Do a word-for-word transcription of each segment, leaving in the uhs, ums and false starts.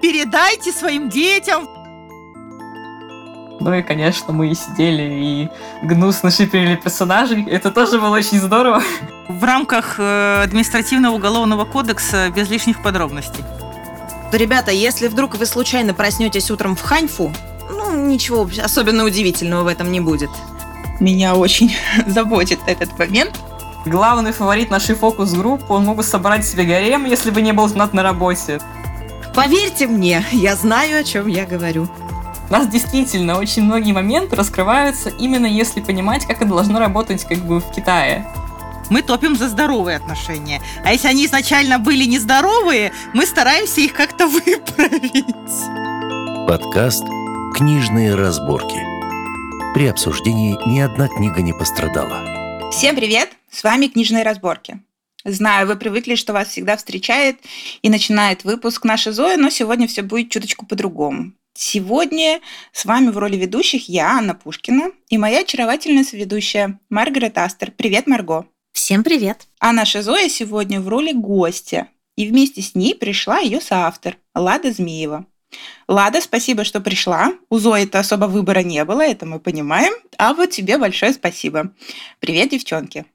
передайте своим детям. Ну и, конечно, мы сидели и гнусно шиперили персонажей. Это тоже было очень здорово. В рамках э, административного уголовного кодекса без лишних подробностей. Ребята, если вдруг вы случайно проснетесь утром в Ханьфу, ну, ничего особенно удивительного в этом не будет. Меня очень заботит этот момент. Главный фаворит нашей фокус-группы, он мог бы собрать себе гарем, если бы не был женат на работе. Поверьте мне, я знаю, о чем я говорю. У нас действительно очень многие моменты раскрываются именно если понимать, как это должно работать как бы в Китае. Мы топим за здоровые отношения. А если они изначально были нездоровые, мы стараемся их как-то выправить. Подкаст «Книжные разборки». При обсуждении ни одна книга не пострадала. Всем привет! С вами «Книжные разборки». Знаю, вы привыкли, что вас всегда встречает и начинает выпуск наша Зоя, но сегодня все будет чуточку по-другому. Сегодня с вами в роли ведущих я, Анна Пушкина, и моя очаровательная соведущая Маргарет Астер. Привет, Марго! Всем привет! А наша Зоя сегодня в роли гостя, и вместе с ней пришла ее соавтор Лада Змеева. Лада, спасибо, что пришла. У Зои-то особо выбора не было, это мы понимаем. А вот тебе большое спасибо. Привет, девчонки!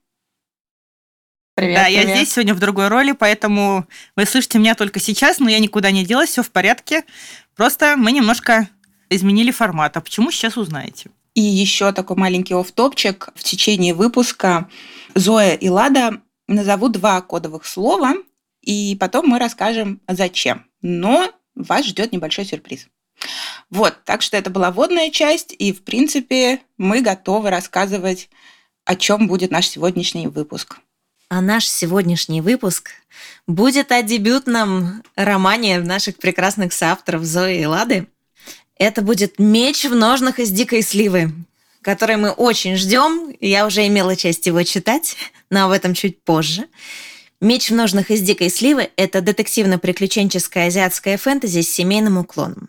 Привет, да, привет. Я здесь сегодня в другой роли, поэтому вы слышите меня только сейчас, но я никуда не делась, все в порядке. Просто мы немножко изменили формат. А почему, сейчас узнаете. И еще такой маленький офф-топчик. В течение выпуска Зоя и Лада назовут два кодовых слова, и потом мы расскажем, зачем. Но вас ждет небольшой сюрприз. Вот, так что это была вводная часть, и, в принципе, мы готовы рассказывать, о чем будет наш сегодняшний выпуск. А наш сегодняшний выпуск будет о дебютном романе наших прекрасных соавторов Зои и Лады. Это будет «Меч в ножнах из дикой сливы», который мы очень ждем. Я уже имела честь его читать, но об этом чуть позже. «Меч в ножнах из дикой сливы» — это детективно-приключенческое азиатское фэнтези с семейным уклоном.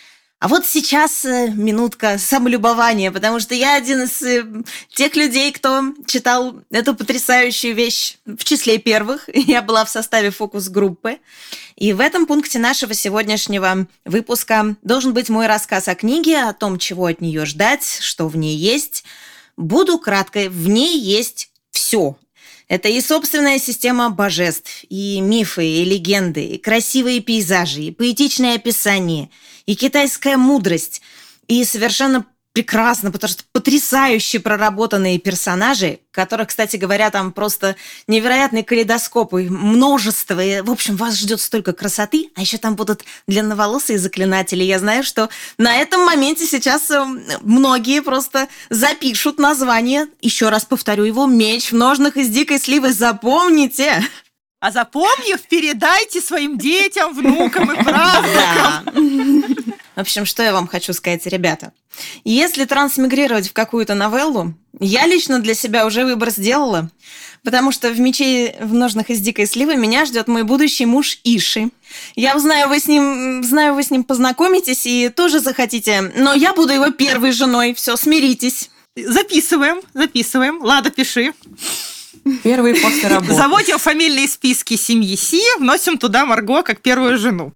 А вот сейчас минутка самолюбования, потому что я один из тех людей, кто читал эту потрясающую вещь в числе первых. Я была в составе фокус-группы. И в этом пункте нашего сегодняшнего выпуска должен быть мой рассказ о книге, о том, чего от нее ждать, что в ней есть. Буду краткой, в ней есть все. Это и собственная система божеств, и мифы, и легенды, и красивые пейзажи, и поэтичное описание, и китайская мудрость, и совершенно прекрасно, потому что потрясающе проработанные персонажи, которых, кстати говоря, там просто невероятный калейдоскоп и множество. И, в общем, вас ждет столько красоты, а еще там будут длинноволосые заклинатели. Я знаю, что на этом моменте сейчас многие просто запишут название. Еще раз повторю его: «Меч в ножнах из дикой сливы». Запомните! А запомнив, передайте своим детям, внукам и правнукам. В общем, что я вам хочу сказать, ребята. Если трансмигрировать в какую-то новеллу, я лично для себя уже выбор сделала, потому что в «Мече в ножнах из дикой сливы» меня ждет мой будущий муж Иши. Я знаю, вы с ним, знаю, вы с ним познакомитесь и тоже захотите, но я буду его первой женой. Все, смиритесь. Записываем, записываем. Лада, пиши. Первый после работы. Заводим фамильные списки семьи Си, вносим туда Марго как первую жену.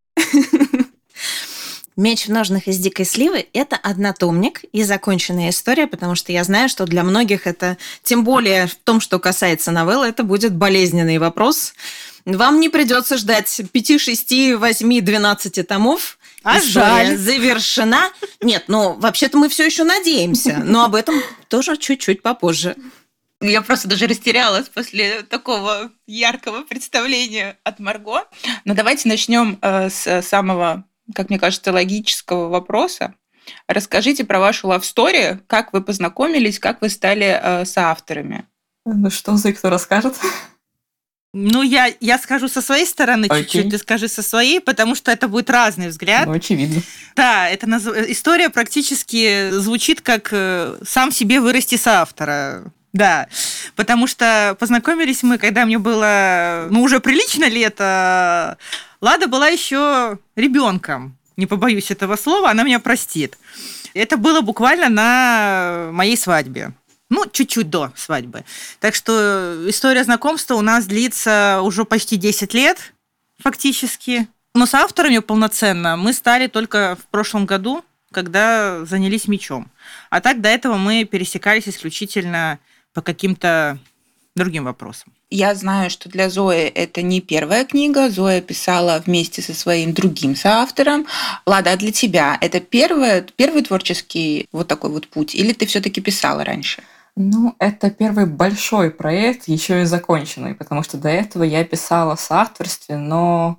«Меч в ножнах из дикой сливы» — это однотомник и законченная история, потому что я знаю, что для многих это, тем более в том, что касается новеллы, это будет болезненный вопрос. Вам не придется ждать пяти, шести, восьми, двенадцати томов. А история жаль. завершена. Нет, ну, вообще-то мы все еще надеемся, но об этом тоже чуть-чуть попозже. Я просто даже растерялась после такого яркого представления от Марго. Но давайте начнем э, с самого, как мне кажется, логического вопроса. Расскажите про вашу лав-стори, как вы познакомились, как вы стали э, соавторами. Ну что за кто расскажет? Ну, я, я скажу со своей стороны Окей. чуть-чуть, ты скажи со своей, потому что это будет разный взгляд. Ну, очевидно. Да, это наз... история практически звучит как э, «сам себе вырасти соавтора». Да, потому что познакомились мы, когда мне было, ну, уже прилично лет, а Лада была еще ребенком, не побоюсь этого слова, она меня простит. Это было буквально на моей свадьбе, ну, чуть-чуть до свадьбы. Так что история знакомства у нас длится уже почти десять лет, фактически. Но соавторами полноценно мы стали только в прошлом году, когда занялись мечом. А так до этого мы пересекались исключительно по каким-то другим вопросам. Я знаю, что для Зои это не первая книга. Зоя писала вместе со своим другим соавтором. Лада, а для тебя это первый, первый творческий вот такой вот путь? Или ты все-таки писала раньше? Ну, это первый большой проект, еще и законченный, потому что до этого я писала в соавторстве, но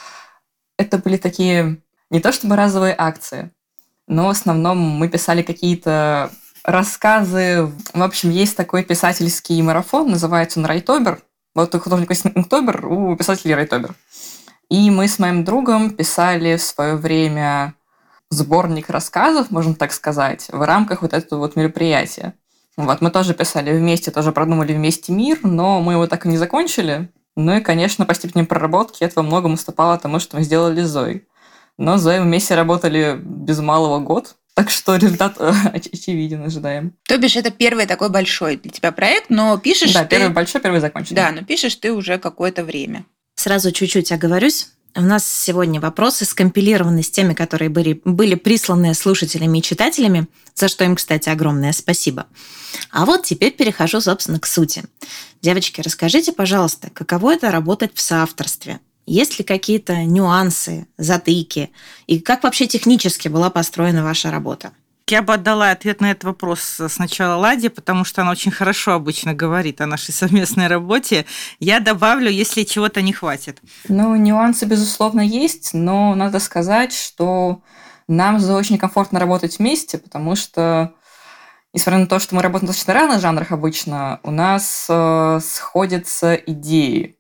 это были такие не то чтобы разовые акции, но в основном мы писали какие-то рассказы. В общем, есть такой писательский марафон, называется он «Райтобер». Вот у художника есть Инктобер, у писателей «Райтобер». И мы с моим другом писали в свое время сборник рассказов, можно так сказать, в рамках вот этого вот мероприятия. Вот, мы тоже писали вместе, тоже продумали вместе мир, но мы его так и не закончили. Ну и, конечно, по степени проработки это во многом уступало тому, что мы сделали с Зоей. Но с Зоей мы вместе работали без малого год, так что результат оч- очевиден, ожидаем. То бишь, это первый такой большой для тебя проект, но пишешь Да, ты... первый большой, первый законченный. Да, но пишешь ты уже какое-то время. Сразу чуть-чуть оговорюсь. У нас сегодня вопросы скомпилированы с теми, которые были, были присланы слушателями и читателями, за что им, кстати, огромное спасибо. А вот теперь перехожу, собственно, к сути. Девочки, расскажите, пожалуйста, каково это работать в соавторстве? Есть ли какие-то нюансы, затыки? И как вообще технически была построена ваша работа? Я бы отдала ответ на этот вопрос сначала Ладе, потому что она очень хорошо обычно говорит о нашей совместной работе. Я добавлю, если чего-то не хватит. Ну, нюансы, безусловно, есть, но надо сказать, что нам очень комфортно работать вместе, потому что, несмотря на то, что мы работаем в достаточно разных жанрах обычно, у нас э, сходятся идеи.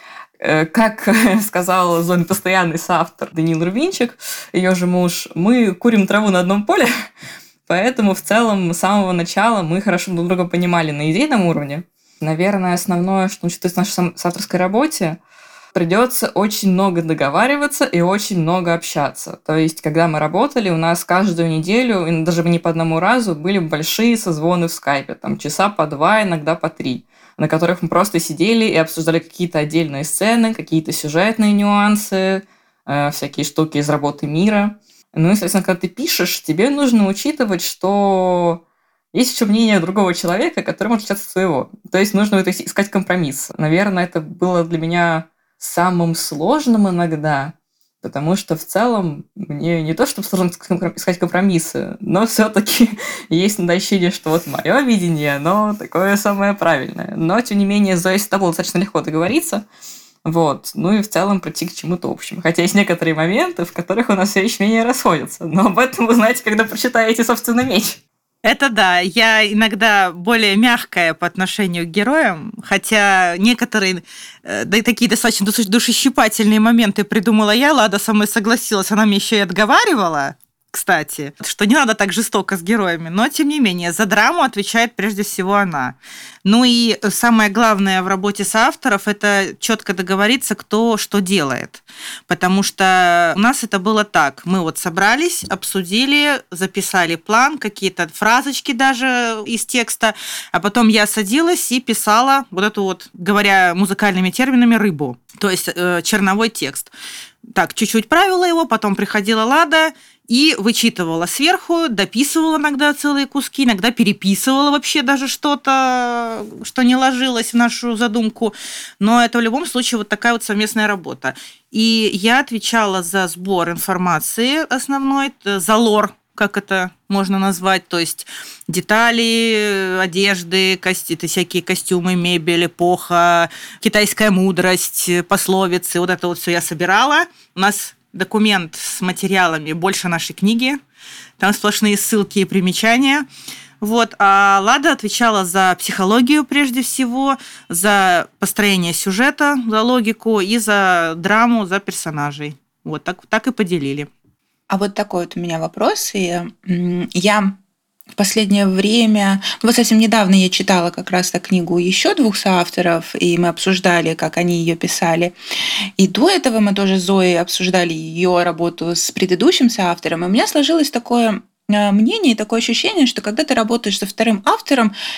Э, как сказал Зоин постоянный соавтор Даниил Рубинчик, ее же муж, мы курим траву на одном поле, поэтому в целом с самого начала мы хорошо друг друга понимали на идейном уровне. Наверное, основное, что учитывается в нашей соавторской работе, придется очень много договариваться и очень много общаться. То есть, когда мы работали, у нас каждую неделю, и даже не по одному разу, были большие созвоны в скайпе, там часа по два, иногда по три, на которых мы просто сидели и обсуждали какие-то отдельные сцены, какие-то сюжетные нюансы, э, всякие штуки из работы мира. Ну и, соответственно, когда ты пишешь, тебе нужно учитывать, что есть еще мнение другого человека, который может отличаться от своего. То есть нужно вот искать компромисс. Наверное, это было для меня самым сложным иногда, потому что в целом мне не то, чтобы сложно искать компромиссы, но все-таки есть иногда ощущение, что вот мое видение, оно такое самое правильное. Но, тем не менее, с Зоей всегда было достаточно легко договориться, вот, ну и в целом прийти к чему-то общему. Хотя есть некоторые моменты, в которых у нас все еще мнения расходятся, но об этом вы знаете, когда прочитаете, собственно, «Меч». Это да, я иногда более мягкая по отношению к героям, хотя некоторые, да и такие достаточно душещипательные моменты придумала я, Лада со мной согласилась, она мне еще и отговаривала, кстати, что не надо так жестоко с героями, но, тем не менее, за драму отвечает прежде всего она. Ну и самое главное в работе соавторов – это четко договориться, кто что делает. Потому что у нас это было так. Мы вот собрались, обсудили, записали план, какие-то фразочки даже из текста, а потом я садилась и писала вот эту вот, говоря музыкальными терминами, рыбу, то есть э, черновой текст. Так, чуть-чуть правила его, потом приходила Лада и вычитывала сверху, дописывала иногда целые куски, иногда переписывала вообще даже что-то, что не ложилось в нашу задумку. Но это в любом случае вот такая вот совместная работа. И я отвечала за сбор информации основной, за лор, как это можно назвать, то есть детали, одежды, кости, всякие костюмы, мебель, эпоха, китайская мудрость, пословицы, вот это вот все я собирала. У нас документ с материалами больше нашей книги, там сплошные ссылки и примечания. Вот. А Лада отвечала за психологию прежде всего, за построение сюжета, за логику и за драму, за персонажей. Вот так, так и поделили. А вот такой вот у меня вопрос. И я в последнее время, вот совсем недавно я читала как раз так книгу еще двух соавторов, и мы обсуждали, как они ее писали. И до этого мы тоже с Зоей обсуждали ее работу с предыдущим соавтором. И у меня сложилось такое мнение и такое ощущение, что когда ты работаешь со вторым автором,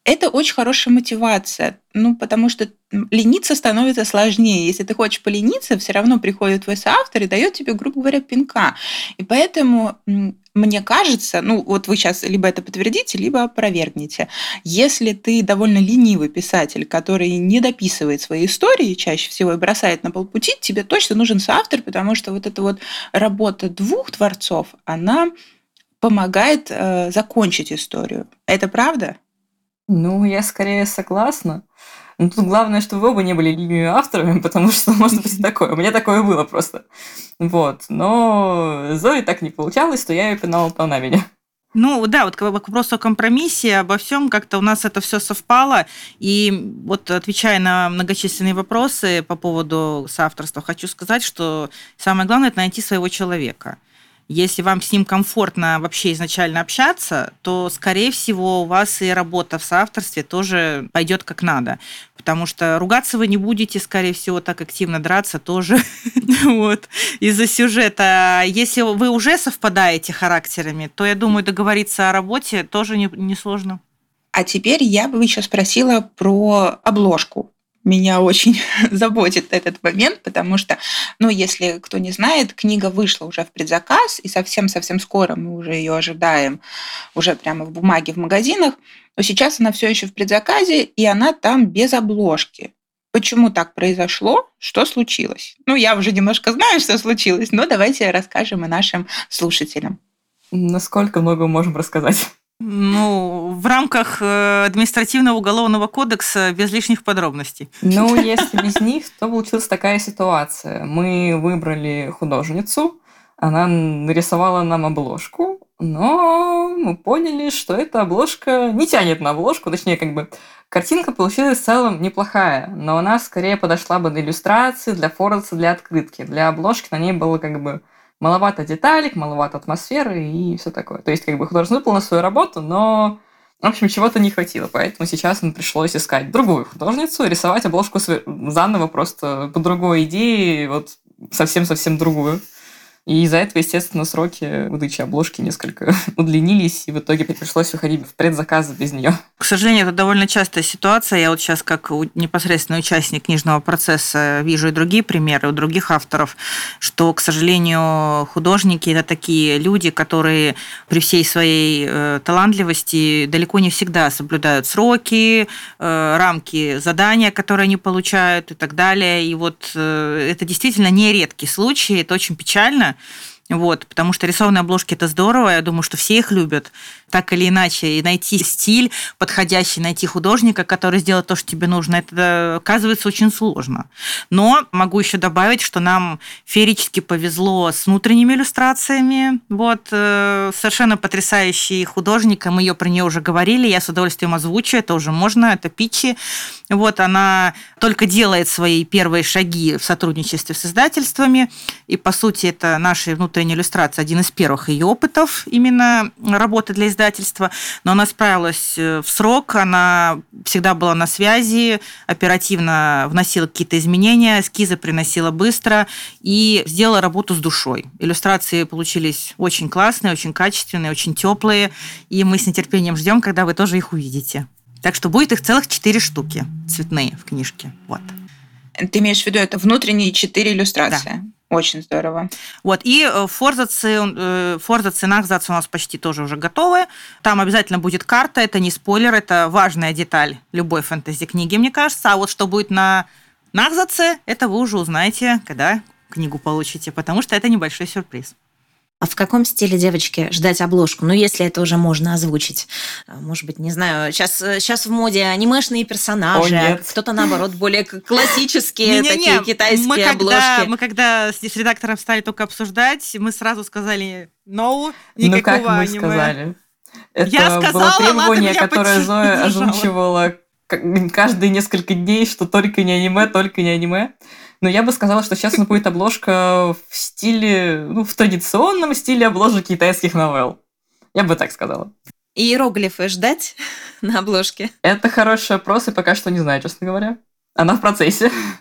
Это очень хорошая мотивация, ну, потому что лениться становится сложнее. Если ты хочешь полениться, все равно приходит твой соавтор и дает тебе, грубо говоря, пинка. И поэтому мне кажется, ну, вот вы сейчас либо это подтвердите, либо опровергнете. Если ты довольно ленивый писатель, который не дописывает свои истории чаще всего и бросает на полпути, тебе точно нужен соавтор, потому что вот эта вот работа двух творцов, она помогает э, закончить историю. Это правда? Ну, я скорее согласна. Но тут главное, чтобы вы оба не были любимыми авторами, потому что может быть и такое. У меня такое было просто. Вот. Но Зои так не получалось, то я ее пинала, то она меня. Ну да, вот к вопросу о компромиссе, обо всем как-то у нас это все совпало. И вот отвечая на многочисленные вопросы по поводу соавторства, хочу сказать, что самое главное – это найти своего человека. Если вам с ним комфортно вообще изначально общаться, то, скорее всего, у вас и работа в соавторстве тоже пойдет как надо. Потому что ругаться вы не будете, скорее всего, так активно драться тоже вот, из-за сюжета. Если вы уже совпадаете характерами, то, я думаю, договориться о работе тоже несложно. Не а теперь я бы еще спросила про обложку. Меня очень заботит этот момент, потому что, ну, если кто не знает, книга вышла уже в предзаказ, и совсем-совсем скоро мы уже ее ожидаем, уже прямо в бумаге в магазинах, но сейчас она все еще в предзаказе, и она там без обложки. Почему так произошло? Что случилось? Ну, я уже немножко знаю, что случилось, но давайте расскажем и нашим слушателям. Насколько много мы можем рассказать? Ну, в рамках административного уголовного кодекса без лишних подробностей. Ну, если без них, то получилась такая ситуация. Мы выбрали художницу, она нарисовала нам обложку, но мы поняли, что эта обложка не тянет на обложку, точнее, как бы картинка получилась в целом неплохая, но она скорее подошла бы для иллюстрации, для форзаца, для открытки. Для обложки на ней было как бы маловато деталек, маловато атмосферы и все такое. То есть, как бы художник выполнил свою работу, но, в общем, чего-то не хватило. Поэтому сейчас нам пришлось искать другую художницу, рисовать обложку заново, просто по другой идее, вот совсем-совсем другую. И из-за этого, естественно, сроки выдачи обложки несколько удлинились, и в итоге пришлось выходить в предзаказы без нее. К сожалению, это довольно частая ситуация. Я вот сейчас, как непосредственный участник книжного процесса, вижу и другие примеры у других авторов, что, к сожалению, художники – это такие люди, которые при всей своей талантливости далеко не всегда соблюдают сроки, рамки задания, которые они получают и так далее. И вот это действительно не редкий случай, это очень печально. Вот, потому что рисованные обложки – это здорово, я думаю, что все их любят, так или иначе. И найти стиль подходящий, найти художника, который сделает то, что тебе нужно, это оказывается очень сложно. Но могу еще добавить, что нам феерически повезло с внутренними иллюстрациями. Вот, совершенно потрясающий художник, мы ее про нее уже говорили, я с удовольствием озвучу, это уже можно, это Питчи. Вот, она только делает свои первые шаги в сотрудничестве с издательствами, и, по сути, это наши внутренние иллюстрации, один из первых ее опытов именно работы для издательства, но она справилась в срок, она всегда была на связи, оперативно вносила какие-то изменения, эскизы приносила быстро и сделала работу с душой. Иллюстрации получились очень классные, очень качественные, очень теплые, и мы с нетерпением ждем, когда вы тоже их увидите. Так что будет их целых четыре штуки цветные в книжке. Вот. Ты имеешь в виду, это внутренние четыре иллюстрации? Да. Очень здорово. Вот, и форзацы, форзацы и нахзацы у нас почти тоже уже готовы. Там обязательно будет карта, это не спойлер, это важная деталь любой фэнтези-книги, мне кажется. А вот что будет на нахзаце, это вы уже узнаете, когда книгу получите, потому что это небольшой сюрприз. А в каком стиле, девочки, ждать обложку? Ну, если это уже можно озвучить. Может быть, не знаю, сейчас, сейчас в моде анимешные персонажи, а кто-то, наоборот, более классические такие китайские обложки. Мы когда с редактором стали только обсуждать, мы сразу сказали «no», никакого аниме. Ну, как мы сказали? Это было требование, которое Зоя озвучивала каждые несколько дней, что только не аниме, только не аниме. Но я бы сказала, что сейчас у нас будет обложка в стиле, ну, в традиционном стиле обложек китайских новелл. Я бы так сказала. И иероглифы ждать на обложке? Это хороший вопрос, и пока что не знаю, честно говоря. Она в процессе.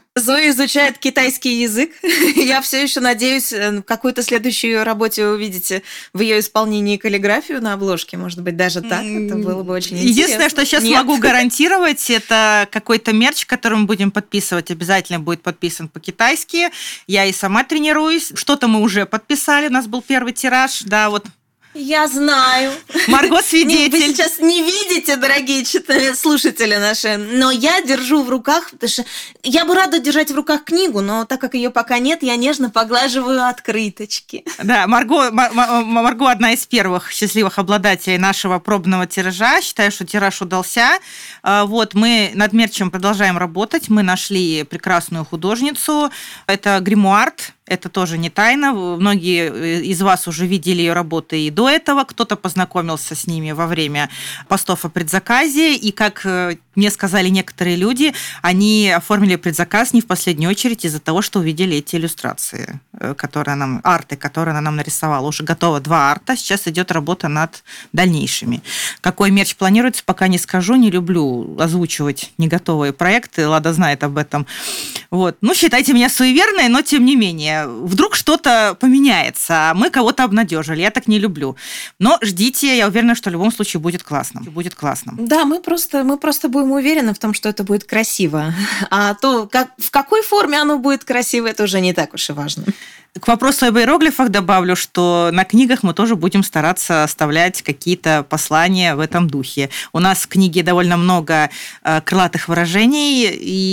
Зоя изучает китайский язык. Я все еще надеюсь, в какой-то следующей работе вы увидите в ее исполнении каллиграфию на обложке. Может быть, даже так. Это было бы очень интересно. Единственное, что сейчас Нет? могу гарантировать, это какой-то мерч, который мы будем подписывать. Обязательно будет подписан по-китайски. Я и сама тренируюсь. Что-то мы уже подписали. У нас был первый тираж. Да, вот. Я знаю. Марго свидетель. Вы сейчас не видите, дорогие читатели, слушатели наши, но я держу в руках, потому что я бы рада держать в руках книгу, но так как ее пока нет, я нежно поглаживаю открыточки. Да, Марго, Марго одна из первых счастливых обладателей нашего пробного тиража. Считаю, что тираж удался. Вот, мы над мерчем продолжаем работать. Мы нашли прекрасную художницу. Это гримуарт. Это тоже не тайна. Многие из вас уже видели ее работы и до этого. Кто-то познакомился с ними во время постов о предзаказе. И, как мне сказали некоторые люди, они оформили предзаказ не в последнюю очередь из-за того, что увидели эти иллюстрации, которые нам, арты, которые она нам нарисовала. Уже готово два арта. Сейчас идет работа над дальнейшими. Какой мерч планируется, пока не скажу. Не люблю озвучивать неготовые проекты. Лада знает об этом. Вот. Ну, считайте меня суеверной, но тем не менее. Вдруг что-то поменяется, а мы кого-то обнадежили. Я так не люблю. Но ждите, я уверена, что в любом случае будет классно. Будет классно. Да, мы просто, мы просто будем уверены в том, что это будет красиво. А то, как, в какой форме оно будет красиво, это уже не так уж и важно. К вопросу об иероглифах добавлю, что на книгах мы тоже будем стараться оставлять какие-то послания в этом духе. У нас в книге довольно много крылатых выражений,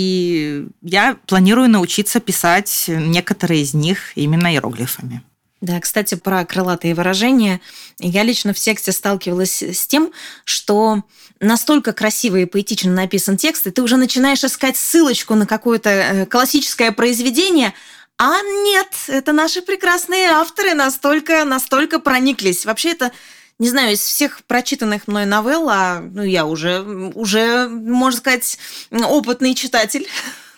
и я планирую научиться писать некоторые из них именно иероглифами. Да, кстати, про крылатые выражения. Я лично в тексте сталкивалась с тем, что настолько красиво и поэтично написан текст, и ты уже начинаешь искать ссылочку на какое-то классическое произведение, а нет, это наши прекрасные авторы настолько, настолько прониклись. Вообще это, не знаю, из всех прочитанных мной новелл, а ну, я уже, уже, можно сказать, опытный читатель.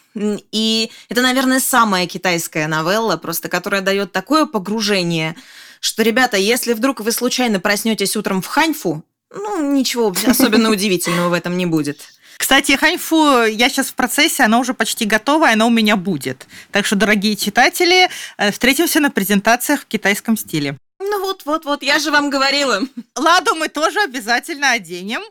И это, наверное, самая китайская новелла, просто которая дает такое погружение, что, ребята, если вдруг вы случайно проснетесь утром в Ханьфу, ну, ничего особенно удивительного в этом не будет. Кстати, Ханьфу я сейчас в процессе, она уже почти готова, и она у меня будет. Так что, дорогие читатели, встретимся на презентациях в китайском стиле. Ну вот-вот-вот, я же вам говорила. Ладу мы тоже обязательно оденем.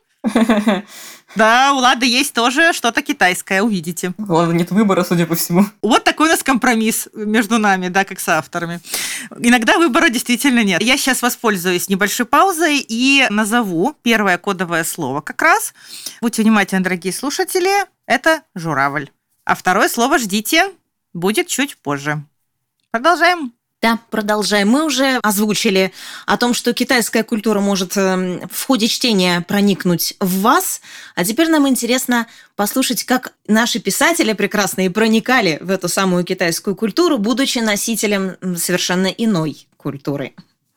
Да, у Лады есть тоже что-то китайское, увидите. У Лады нет выбора, судя по всему. Вот такой у нас компромисс между нами, да, как соавторами. Иногда выбора действительно нет. Я сейчас воспользуюсь небольшой паузой и назову первое кодовое слово как раз. Будьте внимательны, дорогие слушатели, это журавль. А второе слово ждите, будет чуть позже. Продолжаем. Да, продолжаем. Мы уже озвучили о том, что китайская культура может в ходе чтения проникнуть в вас, а теперь нам интересно послушать, как наши писатели прекрасные проникали в эту самую китайскую культуру, будучи носителем совершенно иной культуры.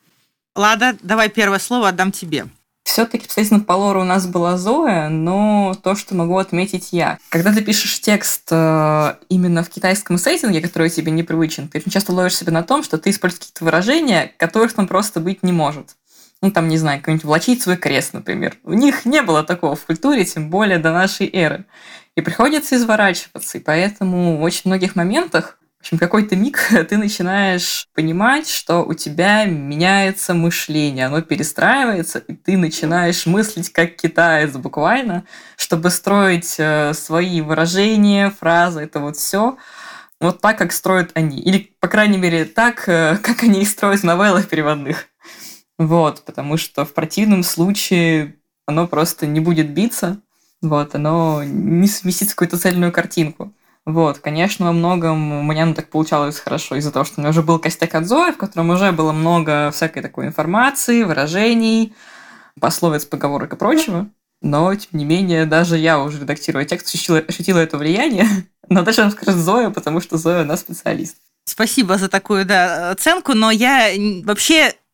Лада, давай первое слово отдам тебе. Все-таки, естественно, по лору у нас была Зоя, но то, что могу отметить я. Когда ты пишешь текст э, именно в китайском сеттинге, который тебе непривычен, ты очень часто ловишь себя на том, что ты используешь какие-то выражения, которых там просто быть не может. Ну, там, не знаю, какой-нибудь «влачить свой крест», например. У них не было такого в культуре, тем более до нашей эры. И приходится изворачиваться. И поэтому в очень многих моментах, в общем, какой-то миг ты начинаешь понимать, что у тебя меняется мышление, оно перестраивается, и ты начинаешь мыслить как китаец буквально, чтобы строить свои выражения, фразы, это вот все вот так, как строят они. Или, по крайней мере, так, как они их строят в новеллах переводных. Вот, потому что в противном случае оно просто не будет биться, вот, оно не совместит какую-то цельную картинку. Вот, конечно, во многом у меня ну, так получалось хорошо из-за того, что у меня уже был костяк от Зои, в котором уже было много всякой такой информации, выражений, пословиц, поговорок и прочего. Но, тем не менее, даже я уже редактируя текст, ощутила, ощутила это влияние. Но дальше вам скажет Зоя, потому что Зоя у нас специалист. Спасибо за такую, да, оценку, но я вообще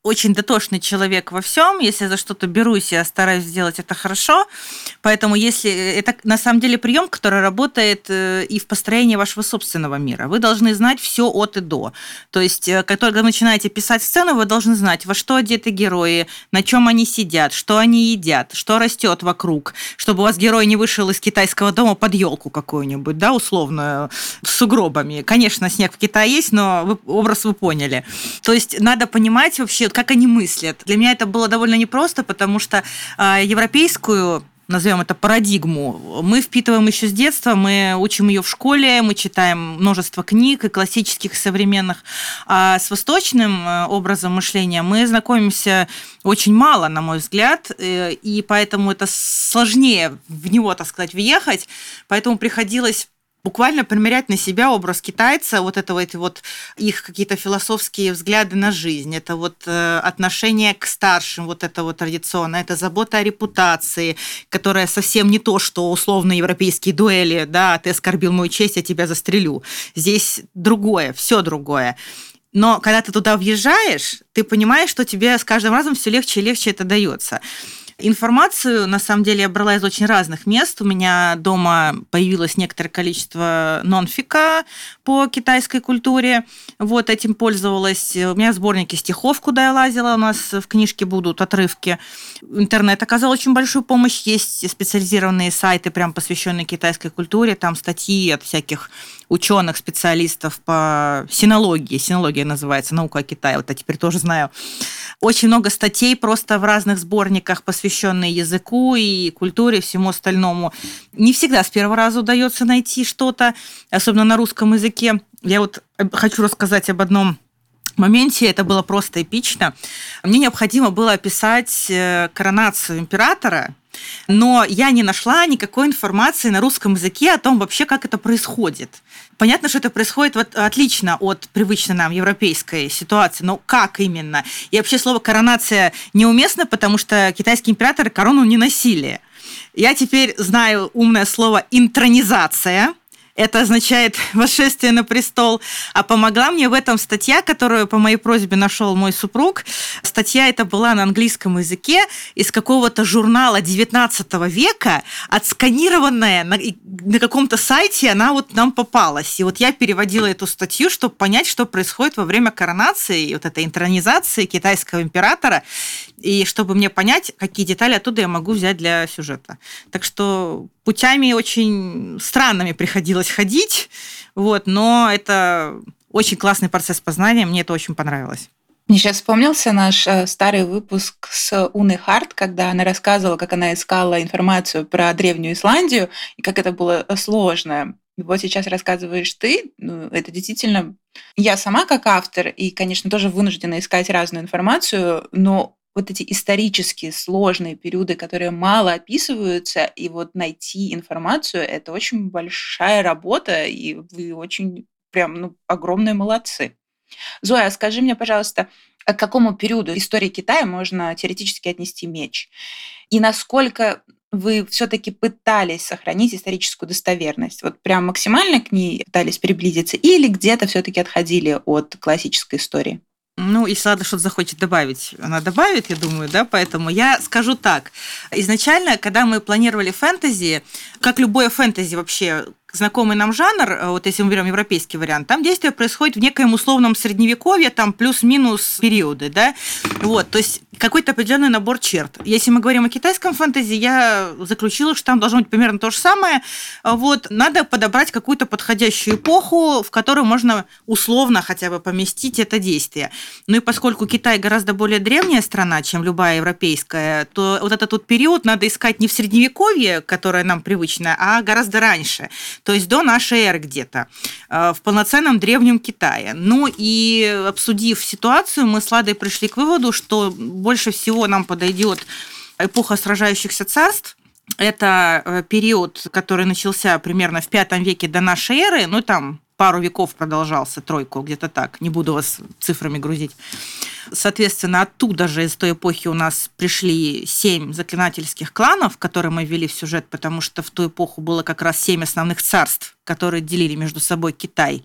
очень дотошный человек во всем. Если я за что-то берусь, я стараюсь сделать это хорошо. Поэтому если это на самом деле прием, который работает и в построении вашего собственного мира. Вы должны знать все от и до. То есть, когда вы начинаете писать сцену, вы должны знать, во что одеты герои, на чем они сидят, что они едят, что растет вокруг, чтобы у вас герой не вышел из китайского дома под елку какую-нибудь, да, условно, с сугробами. Конечно, снег в Китае есть, но вы, образ вы поняли. То есть надо понимать вообще, как они мыслят. Для меня это было довольно непросто, потому что э, европейскую, назовем это, парадигму, мы впитываем еще с детства, мы учим ее в школе, мы читаем множество книг, и классических, и современных. А с восточным образом мышления мы знакомимся очень мало, на мой взгляд, и поэтому это сложнее в него, так сказать, въехать. Поэтому приходилось буквально примерять на себя образ китайца, вот это вот, вот их какие-то философские взгляды на жизнь, это вот э, отношение к старшим, вот это вот традиционно, это забота о репутации, которая совсем не то, что условно европейские дуэли, да, ты оскорбил мою честь, я тебя застрелю. Здесь другое, все другое. Но когда ты туда въезжаешь, ты понимаешь, что тебе с каждым разом все легче и легче это дается. Информацию, на самом деле, я брала из очень разных мест. У меня дома появилось некоторое количество нонфика по китайской культуре. Вот этим пользовалась. У меня сборники стихов, куда я лазила. У нас в книжке будут отрывки. Интернет оказал очень большую помощь. Есть специализированные сайты, прям посвященные китайской культуре. Там статьи от всяких ученых, специалистов по синологии. Синология называется, наука о Китае. Вот я теперь тоже знаю. Очень много статей просто в разных сборниках, посвященные языку и культуре, всему остальному. Не всегда с первого раза удается найти что-то, особенно на русском языке. Я вот хочу рассказать об одном моменте, это было просто эпично. Мне необходимо было описать коронацию императора, но я не нашла никакой информации на русском языке о том вообще, как это происходит. Понятно, что это происходит вот отлично от привычной нам европейской ситуации, но как именно? И вообще слово «коронация» неуместно, потому что китайские императоры корону не носили. Я теперь знаю умное слово «интронизация». Это означает восшествие на престол. А помогла мне в этом статья, которую по моей просьбе нашел мой супруг. Статья эта была на английском языке из какого-то журнала девятнадцатого века, отсканированная на, на каком-то сайте, она вот нам попалась. И вот я переводила эту статью, чтобы понять, что происходит во время коронации, вот этой интронизации китайского императора, и чтобы мне понять, какие детали оттуда я могу взять для сюжета. Так что путями очень странными приходилось ходить, вот, но это очень классный процесс познания, мне это очень понравилось. Мне сейчас вспомнился наш старый выпуск с Уной Харт, когда она рассказывала, как она искала информацию про Древнюю Исландию и как это было сложно. И вот сейчас рассказываешь ты, ну, это действительно... Я сама как автор, и, конечно, тоже вынуждена искать разную информацию, но вот эти исторические сложные периоды, которые мало описываются, и вот найти информацию, это очень большая работа, и вы очень прям ну, огромные молодцы. Зоя, скажи мне, пожалуйста, к какому периоду истории Китая можно теоретически отнести меч? И насколько вы все-таки пытались сохранить историческую достоверность? Вот прям максимально к ней пытались приблизиться или где-то все-таки отходили от классической истории? Ну, если Лада что-то захочет добавить, она добавит, я думаю, да, поэтому я скажу так. Изначально, когда мы планировали фэнтези, как любое фэнтези вообще, знакомый нам жанр, вот если мы берем европейский вариант, там действие происходит в некоем условном средневековье, там плюс-минус периоды, да, вот, то есть какой-то определенный набор черт. Если мы говорим о китайском фэнтези, я заключила, что там должно быть примерно то же самое, вот, надо подобрать какую-то подходящую эпоху, в которую можно условно хотя бы поместить это действие. Ну и поскольку Китай гораздо более древняя страна, чем любая европейская, то вот этот вот период надо искать не в средневековье, которое нам привычно, а гораздо раньше. То есть до нашей эры где-то, в полноценном древнем Китае. Ну и обсудив ситуацию, мы с Ладой пришли к выводу, что больше всего нам подойдет эпоха сражающихся царств. Это период, который начался примерно в пятом веке до нашей эры, ну там пару веков продолжался, тройку, где-то так, не буду вас цифрами грузить. Соответственно, оттуда же из той эпохи у нас пришли семь заклинательских кланов, которые мы ввели в сюжет, потому что в ту эпоху было как раз семь основных царств, которые делили между собой Китай.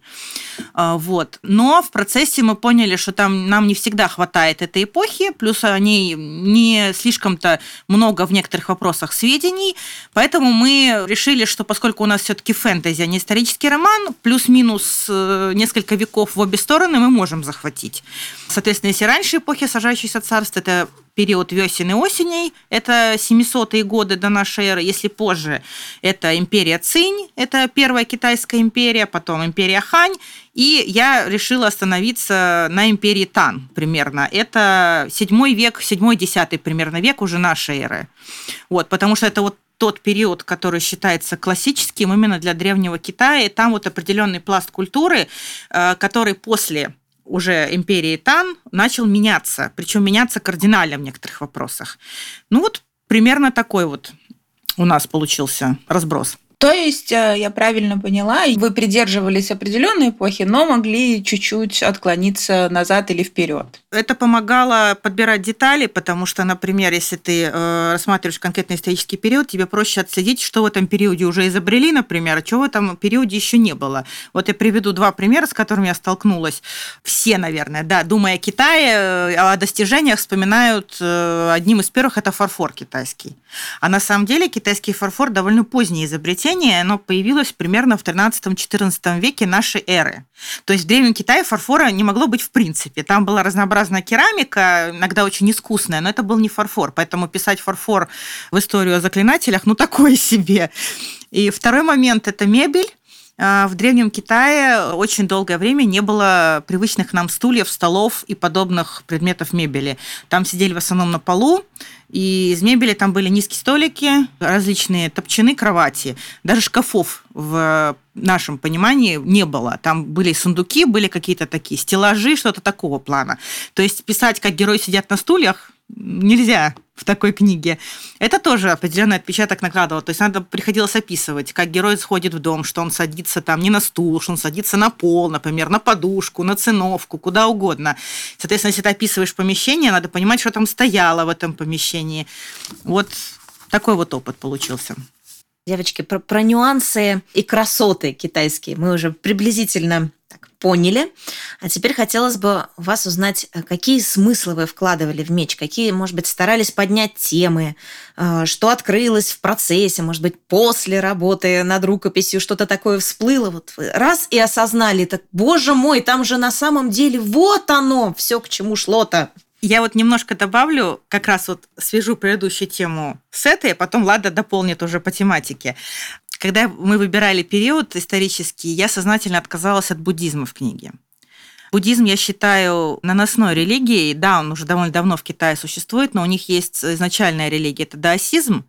Вот. Но в процессе мы поняли, что там нам не всегда хватает этой эпохи, плюс о ней не слишком-то много в некоторых вопросах сведений, поэтому мы решили, что поскольку у нас все-таки фэнтези, а не исторический роман, плюс-минус несколько веков в обе стороны мы можем захватить. Соответственно, если раньше эпохи сажающихся царств, это период весен и осеней, это семисотые годы до нашей эры. Если позже, это империя Цинь, это первая китайская империя, потом империя Хань, и я решила остановиться на империи Тан примерно. Это седьмой век, седьмой-десятый примерно век уже нашей эры. Вот, потому что это вот тот период, который считается классическим именно для Древнего Китая, и там вот определенный пласт культуры, который после уже империи Тан начал меняться, причем меняться кардинально в некоторых вопросах. Ну вот примерно такой вот у нас получился разброс. То есть, я правильно поняла, вы придерживались определенной эпохи, но могли чуть-чуть отклониться назад или вперед. Это помогало подбирать детали, потому что, например, если ты рассматриваешь конкретный исторический период, тебе проще отследить, что в этом периоде уже изобрели, например, а чего в этом периоде еще не было. Вот я приведу два примера, с которыми я столкнулась. Все, наверное, да, думая о Китае, о достижениях вспоминают одним из первых – это фарфор китайский. А на самом деле китайский фарфор довольно позднее изобретение, оно появилось примерно в тринадцатом-четырнадцатом веке нашей эры. То есть в Древнем Китае фарфора не могло быть в принципе. Там была разнообразная керамика, иногда очень искусная, но это был не фарфор. Поэтому писать фарфор в историю о заклинателях, ну, такое себе. И второй момент – это мебель. В Древнем Китае очень долгое время не было привычных нам стульев, столов и подобных предметов мебели. Там сидели в основном на полу, и из мебели там были низкие столики, различные топчаны, кровати. Даже шкафов в нашем понимании не было. Там были сундуки, были какие-то такие стеллажи, что-то такого плана. То есть писать, как герои сидят на стульях, нельзя в такой книге. Это тоже определенный отпечаток накладывало. То есть надо приходилось описывать, как герой заходит в дом, что он садится там не на стул, что он садится на пол, например, на подушку, на циновку, куда угодно. Соответственно, если ты описываешь помещение, надо понимать, что там стояло в этом помещении. Вот такой вот опыт получился. Девочки, про, про нюансы и красоты китайские мы уже приблизительно так поняли. А теперь хотелось бы у вас узнать, какие смыслы вы вкладывали в меч, какие, может быть, старались поднять темы, что открылось в процессе, может быть, после работы над рукописью что-то такое всплыло. Вот вы раз и осознали, так, боже мой, там же на самом деле вот оно, все к чему шло-то. Я вот немножко добавлю, как раз вот свяжу предыдущую тему с этой, а потом Лада дополнит уже по тематике. Когда мы выбирали период исторический, я сознательно отказалась от буддизма в книге. Буддизм я считаю наносной религией. Да, он уже довольно давно в Китае существует, но у них есть изначальная религия – это даосизм.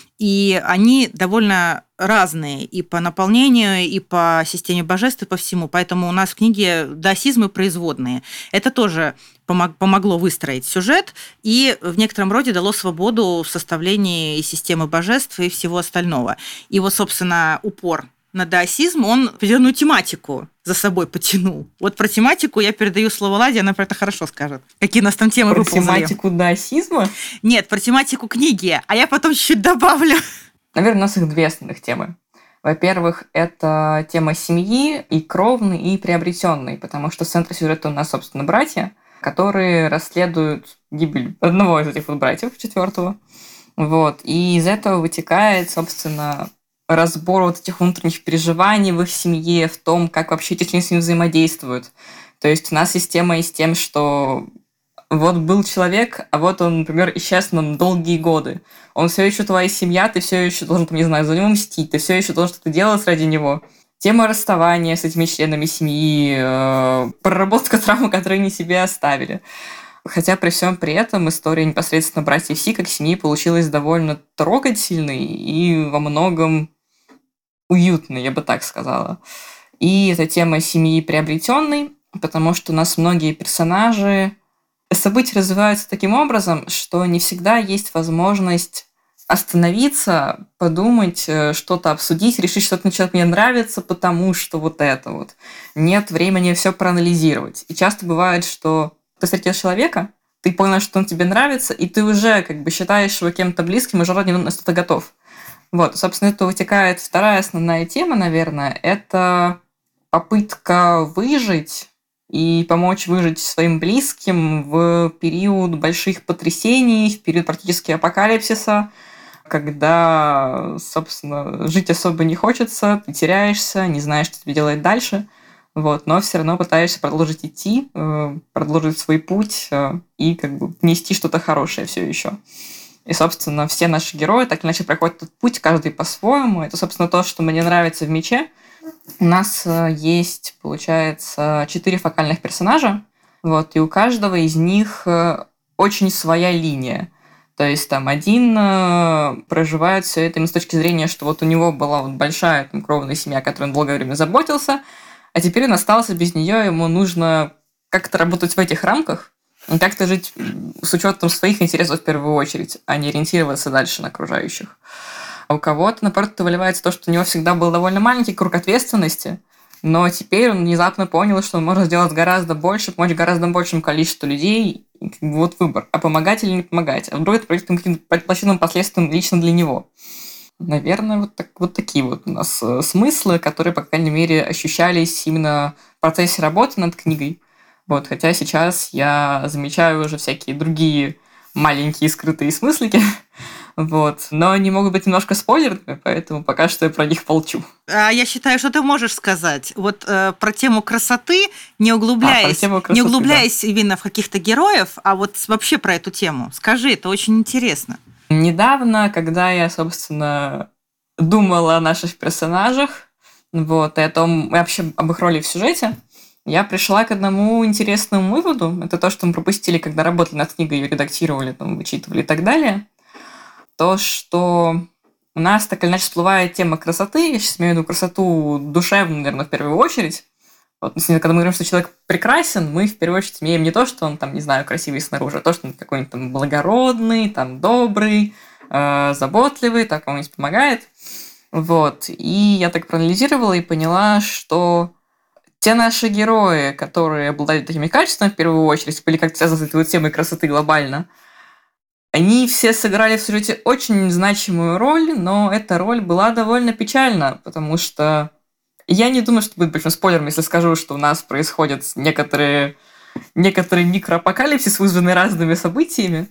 И они довольно разные и по наполнению, и по системе божеств, и по всему. Поэтому у нас в книге даосизмы производные. Это тоже помогло выстроить сюжет и в некотором роде дало свободу в составлении и системы божеств, и всего остального. И вот, собственно, упор на даосизм, он определенную тематику за собой потянул. Вот про тематику я передаю слово Ладе, она про это хорошо скажет. Какие у нас там темы выползли. Про тематику даосизма? Нет, про тематику книги, а я потом чуть-чуть добавлю. Наверное, у нас их две основных темы. Во-первых, это тема семьи, и кровной, и приобретенной, потому что в центре сюжета у нас, собственно, братья, которые расследуют гибель одного из этих вот братьев, четвертого. Вот. И из этого вытекает, собственно, разбор вот этих внутренних переживаний в их семье, в том, как вообще эти члены с ним взаимодействуют. То есть у нас система и с тем, что вот был человек, а вот он, например, исчез на долгие годы. Он все еще твоя семья, ты все еще должен, там, не знаю, за него мстить, ты все еще должен что-то делать ради него. Тема расставания с этими членами семьи, э, проработка травмы, которые они себе оставили. Хотя при всем при этом история непосредственно братьев Си как семьи получилась довольно трогательной и во многом уютной, я бы так сказала. И эта тема семьи приобретенной, потому что у нас многие персонажи, события развиваются таким образом, что не всегда есть возможность остановиться, подумать, что-то обсудить, решить, что этот человек мне нравится, потому что вот это вот. Нет времени все проанализировать. И часто бывает, что ты встретил человека, ты понял, что он тебе нравится, и ты уже как бы считаешь его кем-то близким, и уже ради него на что-то готов. Вот, собственно, это вытекает вторая основная тема, наверное, это попытка выжить и помочь выжить своим близким в период больших потрясений, в период практически апокалипсиса, когда, собственно, жить особо не хочется, ты теряешься, не знаешь, что тебе делать дальше, вот, но все равно пытаешься продолжить идти, продолжить свой путь и как бы нести что-то хорошее все еще. И, собственно, все наши герои так или иначе проходят этот путь, каждый по-своему. Это, собственно, то, что мне нравится в «Мече». У нас есть, получается, четыре фокальных персонажа, вот, и у каждого из них очень своя линия. То есть там один проживает все это именно с точки зрения, что вот у него была вот большая там, кровная семья, о которой он долгое время заботился, а теперь он остался без нее, ему нужно как-то работать в этих рамках, как-то жить с учетом своих интересов в первую очередь, а не ориентироваться дальше на окружающих. А у кого-то, наоборот, выливается то, что у него всегда был довольно маленький круг ответственности, но теперь он внезапно понял, что он может сделать гораздо больше, помочь гораздо большему количеству людей. И вот выбор, а помогать или не помогать. А вдруг это приведет к каким-то предпочтительным последствиям лично для него. Наверное, вот, так, вот такие вот у нас смыслы, которые, по крайней мере, ощущались именно в процессе работы над книгой. Вот, хотя сейчас я замечаю уже всякие другие маленькие скрытые смыслики, вот, но они могут быть немножко спойлерными, поэтому пока что я про них молчу. А я считаю, что ты можешь сказать вот э, про тему красоты, не углубляясь, а, тему красоты, не углубляясь да. именно в каких-то героев, а вот вообще про эту тему. Скажи, это очень интересно. Недавно, когда я, собственно, думала о наших персонажах, вот, и о том, и вообще об их роли в сюжете, я пришла к одному интересному выводу. Это то, что мы пропустили, когда работали над книгой, ее редактировали, там, вычитывали и так далее. То, что у нас так или иначе всплывает тема красоты. Я сейчас имею в виду красоту душевную, наверное, в первую очередь. Вот, когда мы говорим, что человек прекрасен, мы в первую очередь имеем не то, что он, там, не знаю, красивый снаружи, а то, что он какой-нибудь там благородный, там, добрый, э, заботливый, так кому-нибудь помогает. Вот. И я так проанализировала и поняла, что те наши герои, которые обладали такими качествами, в первую очередь, были как-то связаны с этой темой красоты глобально, они все сыграли в сюжете очень значимую роль, но эта роль была довольно печальна, потому что я не думаю, что будет большим спойлером, если скажу, что у нас происходят некоторые, некоторые микроапокалипсис, вызванные разными событиями.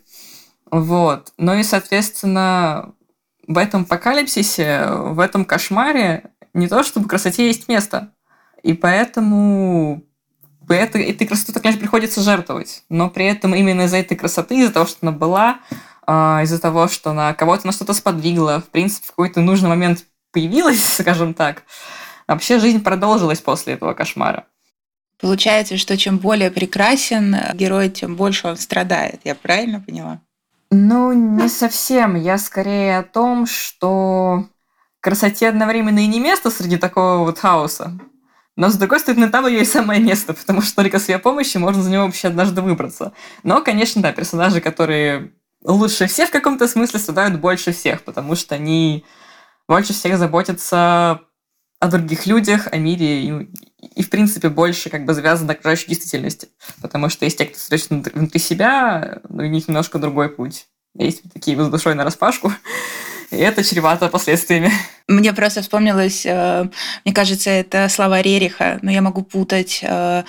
Вот. Ну и, соответственно, в этом апокалипсисе, в этом кошмаре не то, чтобы красоте есть место. И поэтому этой, этой красотой, конечно, приходится жертвовать. Но при этом именно из-за этой красоты, из-за того, что она была, из-за того, что она кого-то на что-то сподвигла, в принципе, в какой-то нужный момент появилась, скажем так, вообще жизнь продолжилась после этого кошмара. Получается, что чем более прекрасен герой, тем больше он страдает. Я правильно поняла? Ну, не совсем. Я скорее о том, что красоте одновременно и не место среди такого вот хаоса. Но, с другой стороны, там ее и самое место, потому что только с ее помощью можно за него вообще однажды выбраться. Но, конечно, да, персонажи, которые лучше всех в каком-то смысле, страдают больше всех, потому что они больше всех заботятся о других людях, о мире и, и в принципе, больше как бы завязаны на окружающей действительности. Потому что есть те, кто сосредоточен внутри себя, но у них немножко другой путь. Есть такие с душой нараспашку. И это чревато последствиями. Мне просто вспомнилось, мне кажется, это слова Рериха, но я могу путать.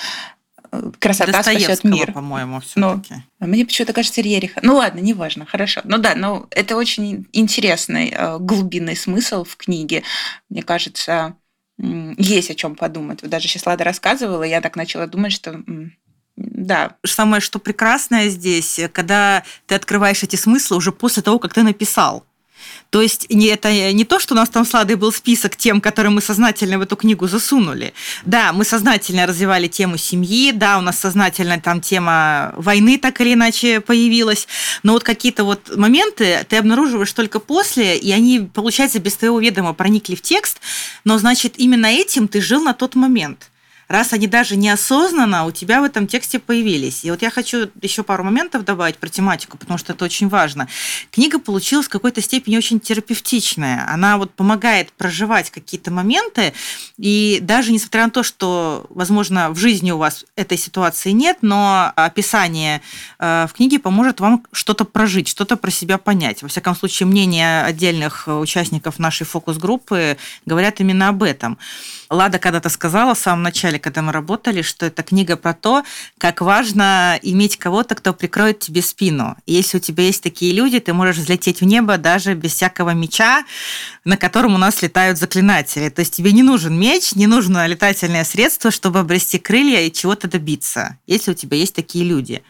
Красота спасет мир. По-моему, все-таки. Ну, мне почему-то кажется Рериха. Ну ладно, неважно, хорошо. Ну да, но это очень интересный глубинный смысл в книге. Мне кажется, есть о чем подумать. Вот даже сейчас Лада рассказывала, я так начала думать, что да. Самое, что прекрасное здесь, когда ты открываешь эти смыслы уже после того, как ты написал. То есть это не то, что у нас там с Ладой был список тем, которые мы сознательно в эту книгу засунули. Да, мы сознательно развивали тему семьи, да, у нас сознательно там тема войны так или иначе появилась, но вот какие-то вот моменты ты обнаруживаешь только после, и они, получается, без твоего ведома проникли в текст, но, значит, именно этим ты жил на тот момент. раз они даже неосознанно у тебя в этом тексте появились. И вот я хочу еще пару моментов добавить про тематику, потому что это очень важно. Книга получилась в какой-то степени очень терапевтичная. Она вот помогает проживать какие-то моменты, и даже несмотря на то, что, возможно, в жизни у вас этой ситуации нет, но описание в книге поможет вам что-то прожить, что-то про себя понять. Во всяком случае, мнения отдельных участников нашей фокус-группы говорят именно об этом. Лада когда-то сказала в самом начале, когда мы работали, что это книга про то, как важно иметь кого-то, кто прикроет тебе спину. И если у тебя есть такие люди, ты можешь взлететь в небо даже без всякого меча, на котором у нас летают заклинатели. То есть тебе не нужен меч, не нужно летательное средство, чтобы обрести крылья и чего-то добиться, если у тебя есть такие люди.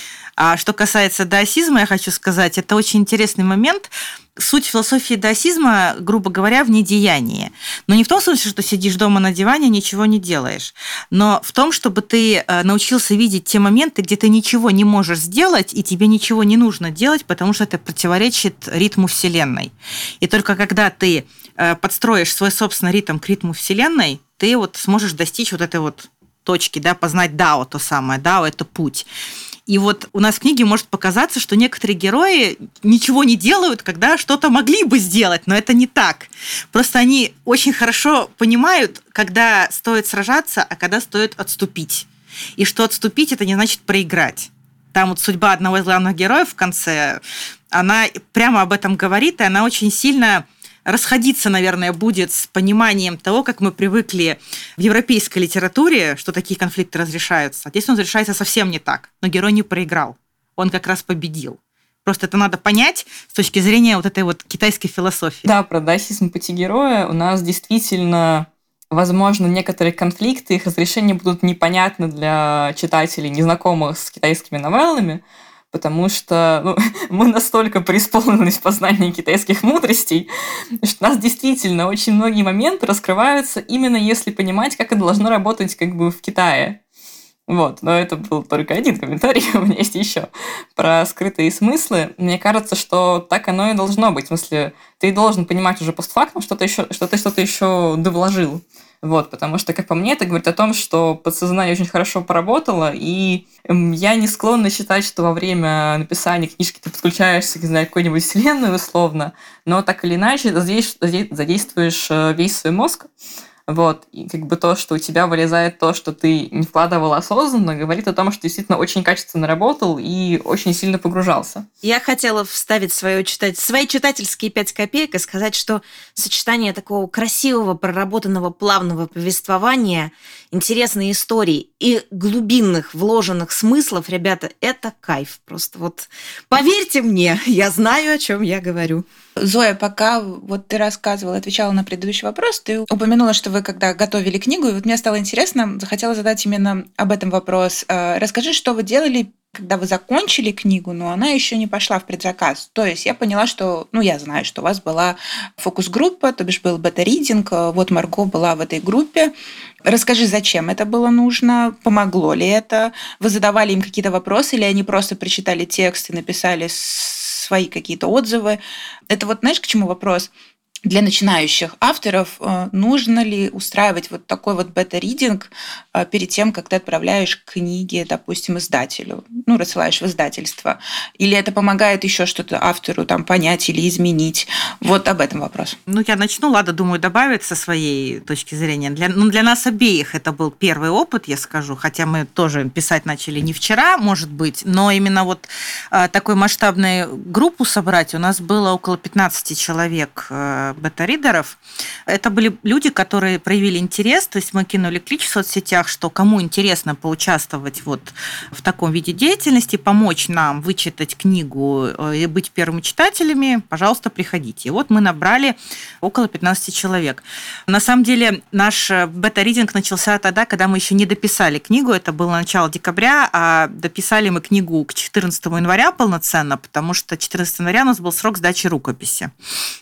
А что касается даосизма, я хочу сказать, это очень интересный момент. Суть философии даосизма, грубо говоря, в недеянии. Но не в том смысле, что сидишь дома на диване, ничего не делаешь, но в том, чтобы ты научился видеть те моменты, где ты ничего не можешь сделать, и тебе ничего не нужно делать, потому что это противоречит ритму Вселенной. И только когда ты подстроишь свой собственный ритм к ритму Вселенной, ты вот сможешь достичь вот этой вот точки, да, познать дао, то самое. Дао – это путь. И вот у нас в книге может показаться, что некоторые герои ничего не делают, когда что-то могли бы сделать, но это не так. Просто они очень хорошо понимают, когда стоит сражаться, а когда стоит отступить. И что отступить – это не значит проиграть. Там вот судьба одного из главных героев в конце, она прямо об этом говорит, и она очень сильно расходиться, наверное, будет с пониманием того, как мы привыкли в европейской литературе, что такие конфликты разрешаются. Здесь он разрешается совсем не так, но герой не проиграл, он как раз победил. Просто это надо понять с точки зрения вот этой вот китайской философии. Да, про даосизм пути героя у нас действительно, возможно, некоторые конфликты, их разрешения будут непонятны для читателей, незнакомых с китайскими новеллами, потому что ну, мы настолько преисполнены в познании китайских мудростей, что у нас действительно очень многие моменты раскрываются именно если понимать, как это должно работать как бы в Китае. Вот, но это был только один комментарий, у меня есть еще про скрытые смыслы. Мне кажется, что так оно и должно быть. В смысле, ты должен понимать уже постфактум, что ты еще, что ты что-то еще довложил. Вот, потому что, как по мне, это говорит о том, что подсознание очень хорошо поработало, и я не склонна считать, что во время написания книжки ты подключаешься, не знаю, к какой-нибудь вселенной условно, но так или иначе задействуешь весь свой мозг. Вот, и как бы то, что у тебя вылезает то, что ты не вкладывал осознанно, говорит о том, что действительно очень качественно работал и очень сильно погружался. Я хотела вставить свою читать... свои читательские пять копеек и сказать, что сочетание такого красивого, проработанного, плавного повествования, интересной истории и глубинных вложенных смыслов, ребята, это кайф. Просто вот поверьте мне, я знаю, о чем я говорю. Зоя, пока вот ты рассказывала, отвечала на предыдущий вопрос, ты упомянула, что вы когда готовили книгу, и вот мне стало интересно, захотела задать именно об этом вопрос. Расскажи, что вы делали, когда вы закончили книгу, но она еще не пошла в предзаказ. То есть я поняла, что, ну, я знаю, что у вас была фокус-группа, то бишь был бета-ридинг, вот Марго была в этой группе. Расскажи, зачем это было нужно, помогло ли это, вы задавали им какие-то вопросы, или они просто прочитали текст и написали свои какие-то отзывы. Это вот, знаешь, к чему вопрос? Для начинающих авторов нужно ли устраивать вот такой вот бета-ридинг перед тем, как ты отправляешь книги, допустим, издателю, ну, рассылаешь в издательство? Или это помогает еще что-то автору там понять или изменить? Вот об этом вопрос. Ну, я начну, Лада, думаю, добавить со своей точки зрения. Для, ну, для нас обеих это был первый опыт, я скажу, хотя мы тоже писать начали не вчера, может быть, но именно вот такой масштабную группу собрать у нас было около пятнадцати человек бета-ридеров. Это были люди, которые проявили интерес, то есть мы кинули клич в соцсетях, что кому интересно поучаствовать вот в таком виде деятельности, помочь нам вычитать книгу и быть первыми читателями, пожалуйста, приходите. И вот мы набрали около пятнадцати человек. На самом деле наш бета-ридинг начался тогда, когда мы еще не дописали книгу, это было начало декабря, а дописали мы книгу к четырнадцатому января полноценно, потому что четырнадцатого января у нас был срок сдачи рукописи.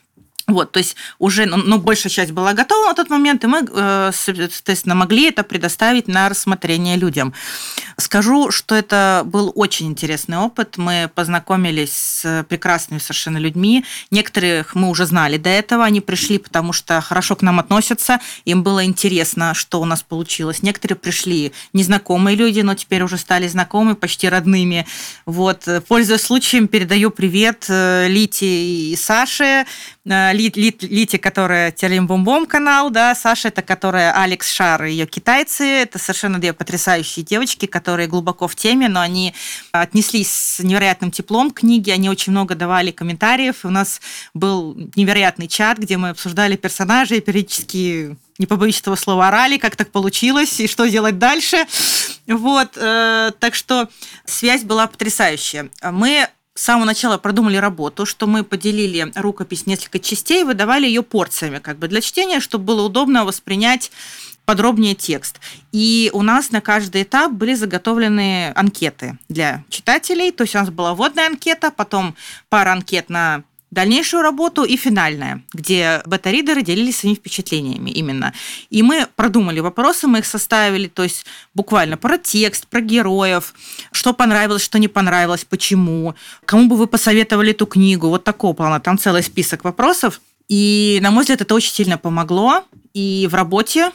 Вот, то есть уже, ну, ну, большая часть была готова на тот момент, и мы, э, соответственно, могли это предоставить на рассмотрение людям. Скажу, что это был очень интересный опыт. Мы познакомились с прекрасными совершенно людьми. Некоторых мы уже знали до этого. Они пришли, потому что хорошо к нам относятся. Им было интересно, что у нас получилось. Некоторые пришли незнакомые люди, но теперь уже стали знакомы, почти родными. Вот. Пользуясь случаем, передаю привет Лите и Саше. Лит, Лит, Лите, которая Телем-Бом-Бом канал, да, Саша, это которая Алекс Шар, ее китайцы. Это совершенно две потрясающие девочки, которые глубоко в теме, но они отнеслись с невероятным теплом к книге, они очень много давали комментариев. У нас был невероятный чат, где мы обсуждали персонажей, периодически, не побоюсь этого слова, орали, как так получилось и что делать дальше. Вот, так что связь была потрясающая. Мы с самого начала продумали работу, что мы поделили рукопись в несколько частей, выдавали ее порциями как бы для чтения, чтобы было удобно воспринять подробнее текст. И у нас на каждый этап были заготовлены анкеты для читателей. То есть у нас была вводная анкета, потом пара анкет на дальнейшую работу и финальная, где бета-ридеры делились своими впечатлениями именно. И мы продумали вопросы, мы их составили, то есть буквально про текст, про героев, что понравилось, что не понравилось, почему, кому бы вы посоветовали эту книгу, вот такого плана, там целый список вопросов. И, на мой взгляд, это очень сильно помогло и в работе,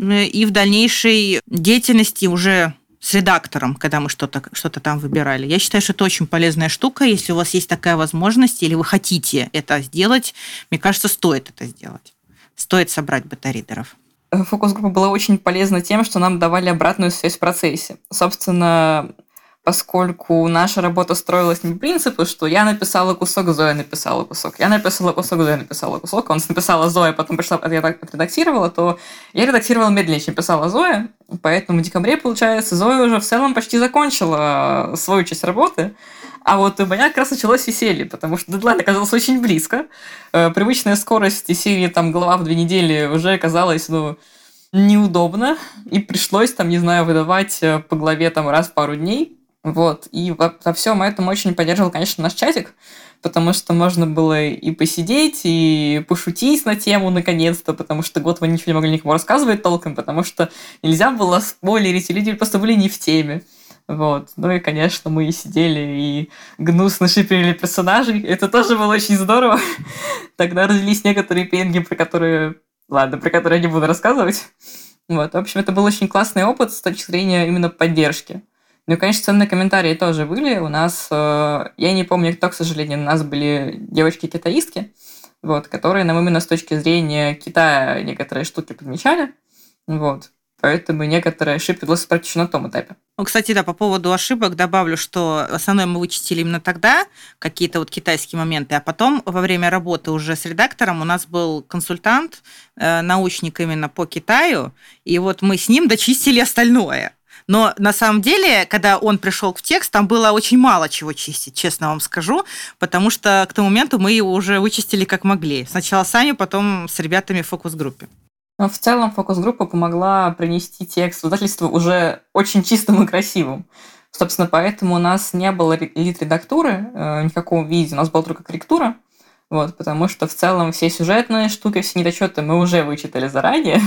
и в дальнейшей деятельности уже с редактором, когда мы что-то, что-то там выбирали. Я считаю, что это очень полезная штука. Если у вас есть такая возможность, или вы хотите это сделать, мне кажется, стоит это сделать. Стоит собрать бета-ридеров. Фокус-группа была очень полезна тем, что нам давали обратную связь в процессе. Собственно, поскольку наша работа строилась не по принципу, что я написала кусок, Зоя написала кусок, я написала кусок, Зоя написала кусок, он написала Зоя, потом пришла, отредактировала, то я редактировала медленнее, чем писала Зоя, поэтому в декабре, получается, Зоя уже в целом почти закончила свою часть работы, а вот у меня как раз началось веселье, потому что дедлайн оказался очень близко. Привычная скорость из серии там глава в две недели уже оказалась, ну, неудобно, и пришлось там, не знаю, выдавать по главе там раз в пару дней. Вот, и во, во всем этом очень поддерживал, конечно, наш чатик, потому что можно было и посидеть, и пошутить на тему, наконец-то, потому что год вы ничего не могли никому рассказывать толком, потому что нельзя было спойлерить, и люди просто были не в теме. Вот, ну и, конечно, мы сидели и гнусно шиперили персонажей, это тоже было очень здорово. Тогда родились некоторые пенги, про которые... Ладно, про которые я не буду рассказывать. Вот, в общем, это был очень классный опыт с точки зрения именно поддержки. Ну и, конечно, ценные комментарии тоже были. У нас, э, я не помню, кто, к сожалению, у нас были девочки-китаистки, вот, которые нам именно с точки зрения Китая некоторые штуки подмечали. Вот. Поэтому некоторые ошибки удалось исправить еще на том этапе. Ну, кстати, да, по поводу ошибок добавлю, что основное мы вычистили именно тогда, какие-то вот китайские моменты, а потом во время работы уже с редактором у нас был консультант, э, научник именно по Китаю, и вот мы с ним дочистили остальное. Но на самом деле, когда он пришел в текст, там было очень мало чего чистить, честно вам скажу, потому что к тому моменту мы его уже вычистили как могли. Сначала сами, потом с ребятами в фокус-группе. Но в целом фокус-группа помогла принести текст в издательство уже очень чистым и красивым. Собственно, поэтому у нас не было лид-редактуры э, никакого видео, у нас была только корректура, вот, потому что в целом все сюжетные штуки, все недочеты мы уже вычитали заранее.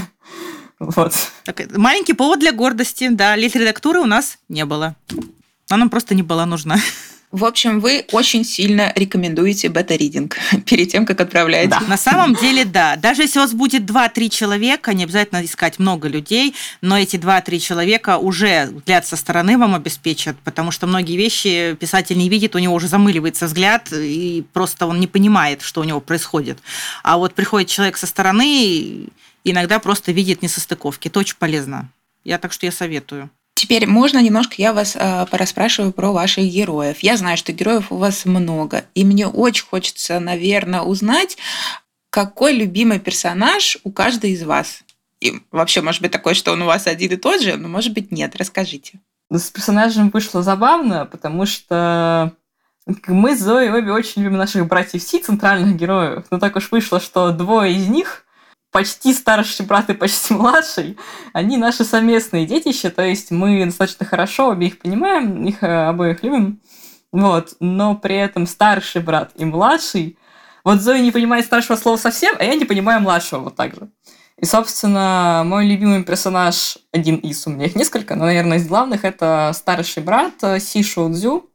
Вот. Так, маленький повод для гордости. Да, лид-редактуры у нас не было. Она нам просто не была нужна. В общем, вы очень сильно рекомендуете бета-ридинг перед тем, как отправляете. Да. На самом деле, да. Даже если у вас будет два-три человека, не обязательно искать много людей, но эти два-три человека уже взгляд со стороны вам обеспечат, потому что многие вещи писатель не видит, у него уже замыливается взгляд, и просто он не понимает, что у него происходит. А вот приходит человек со стороны, иногда просто видит несостыковки. Это очень полезно. Я так что я советую. Теперь можно немножко я вас э, порасспрашиваю про ваших героев. Я знаю, что героев у вас много, и мне очень хочется, наверное, узнать, какой любимый персонаж у каждой из вас. И вообще, может быть, такое, что он у вас один и тот же, но, может быть, нет. Расскажите. С персонажем вышло забавно, потому что мы с Зоей обе очень любим наших братьев Си, центральных героев. Но так уж вышло, что двое из них, почти старший брат и почти младший, они наши совместные детища, то есть мы достаточно хорошо обе их понимаем, их обоих любим, вот, но при этом старший брат и младший Вот Зоя не понимает старшего слова совсем, а я не понимаю младшего вот так же. И, собственно, мой любимый персонаж, один из, у меня их несколько, но, наверное, из главных, это старший брат Си Шоудзю.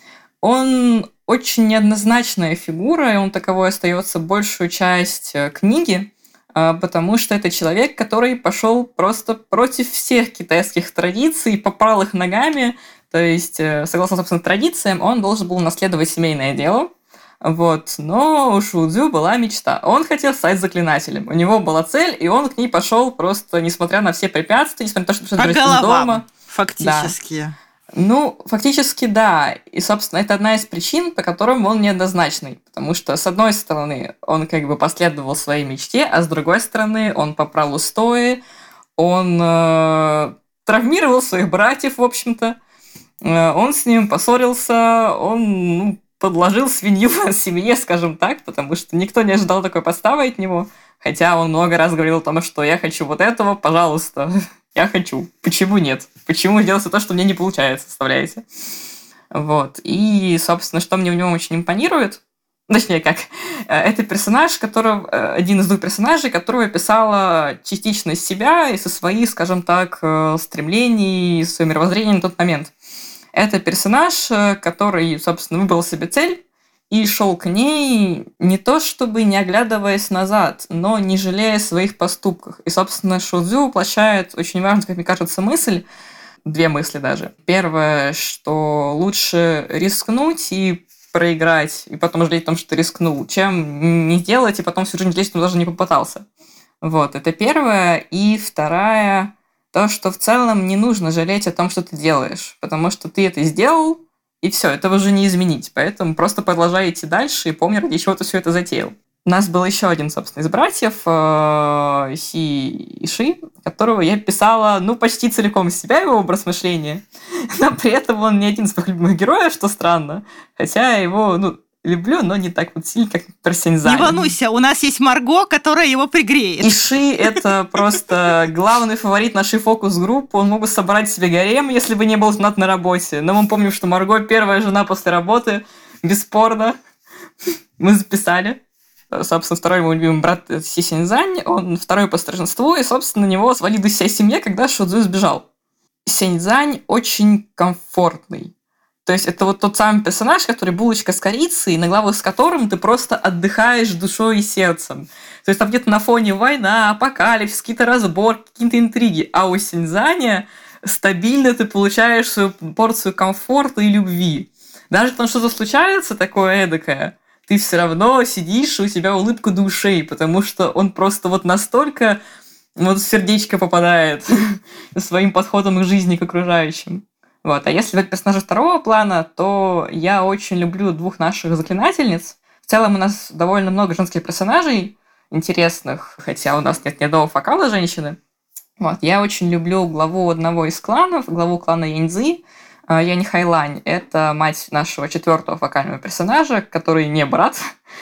Он очень неоднозначная фигура, и он таковой остается большую часть книги, потому что это человек, который пошел просто против всех китайских традиций, попал их ногами, то есть, согласно, собственно, традициям, он должен был наследовать семейное дело. Вот. Но у Шоудзю была мечта. Он хотел стать заклинателем. У него была цель, и он к ней пошел просто, несмотря на все препятствия, несмотря на то, что пришлось По головам, из дома. фактически. Да. Ну, фактически, да. И, собственно, это одна из причин, по которым он неоднозначный. Потому что, с одной стороны, он как бы последовал своей мечте, а с другой стороны, он попрал устои, он э, травмировал своих братьев, в общем-то. Э, он с ним поссорился, он... Ну, подложил свинью в семье, скажем так, потому что никто не ожидал такой подставы от него. Хотя он много раз говорил о том, что я хочу вот этого, пожалуйста, я хочу. Почему нет? Почему делать то, что мне не получается, представляете? Вот. И, собственно, что мне в нем очень импонирует, точнее как, это персонаж, которого, один из двух персонажей, которого я писала частично из себя и со своих, скажем так, стремлений, своего мировоззрения на тот момент. Это персонаж, который, собственно, выбрал себе цель и шел к ней не то чтобы не оглядываясь назад, но не жалея своих поступков. И, собственно, Шоудзю воплощает очень важную, как мне кажется, мысль, две мысли даже. Первое, что лучше рискнуть и проиграть, и потом жалеть о том, что ты рискнул, чем не делать, и потом всю жизнь жалеть, что даже не попытался. Вот, это первое. И вторая... То, что в целом не нужно жалеть о том, что ты делаешь, потому что ты это сделал, и все, этого уже не изменить. Поэтому просто продолжай идти дальше и помни, ради чего ты все это затеял. У нас был еще один, собственно, из братьев, Си Иши, которого я писала, ну, почти целиком из себя, его образ мышления, но при этом он не один из моих любимых героев, что странно, хотя его, ну, люблю, но не так вот сильно, как Персензань. Не волнуйся, у нас есть Марго, которая его пригреет. Иши — это просто главный фаворит нашей фокус-группы. Он мог бы собрать себе гарем, если бы не был женат на работе. Но мы помним, что Марго — первая жена после работы. Бесспорно. Мы записали. Собственно, второй мой любимый брат — Си Синьцзань. Он второй по старшинству, и, собственно, на него свалила вся семья, когда Шоудзю сбежал. Синьцзань очень комфортный. То есть это вот тот самый персонаж, который булочка с корицей, на главах с которым ты просто отдыхаешь душой и сердцем. То есть там где-то на фоне война, апокалипсис, какие-то разборки, какие-то интриги. А у Синьцзаня стабильно ты получаешь свою порцию комфорта и любви. Даже когда что-то случается такое эдакое, ты все равно сидишь, и у тебя улыбка души, потому что он просто вот настолько вот в сердечко попадает своим подходом к жизни, к окружающим. Вот. А если взять персонажа второго плана, то я очень люблю двух наших заклинательниц. В целом у нас довольно много женских персонажей интересных, хотя у нас нет ни одного фокала женщины. Вот. Я очень люблю главу одного из кланов, главу клана Яньцзи, Янь Хайлань. Это мать нашего четвертого фокального персонажа, который не брат,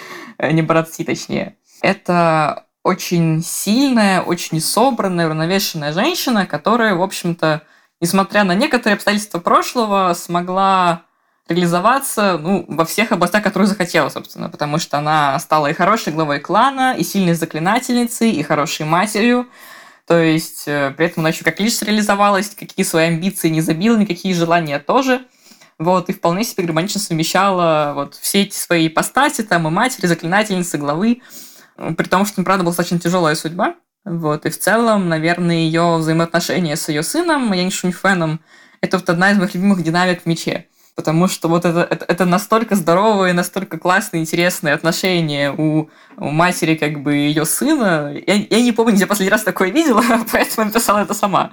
не брат Си, точнее. Это очень сильная, очень собранная, уравновешенная женщина, которая, в общем-то, несмотря на некоторые обстоятельства прошлого, смогла реализоваться, ну, во всех областях, которые захотела, собственно, потому что она стала и хорошей главой клана, и сильной заклинательницей, и хорошей матерью. То есть, при этом она еще как личность реализовалась, какие свои амбиции не забила, никакие желания тоже. Вот, и вполне себе гармонично совмещала вот все эти свои ипостаси, там, и матери, заклинательницы, главы, при том, что, правда, была достаточно тяжелая судьба. Вот, и в целом, наверное, ее взаимоотношения с ее сыном, Янь Шуньфеном, это вот одна из моих любимых динамик в мече. Потому что вот это, это, это настолько здоровые, настолько классные, интересные отношения у, у матери, как бы, ее сына. Я, я не помню, где последний раз такое видела, поэтому написала это сама.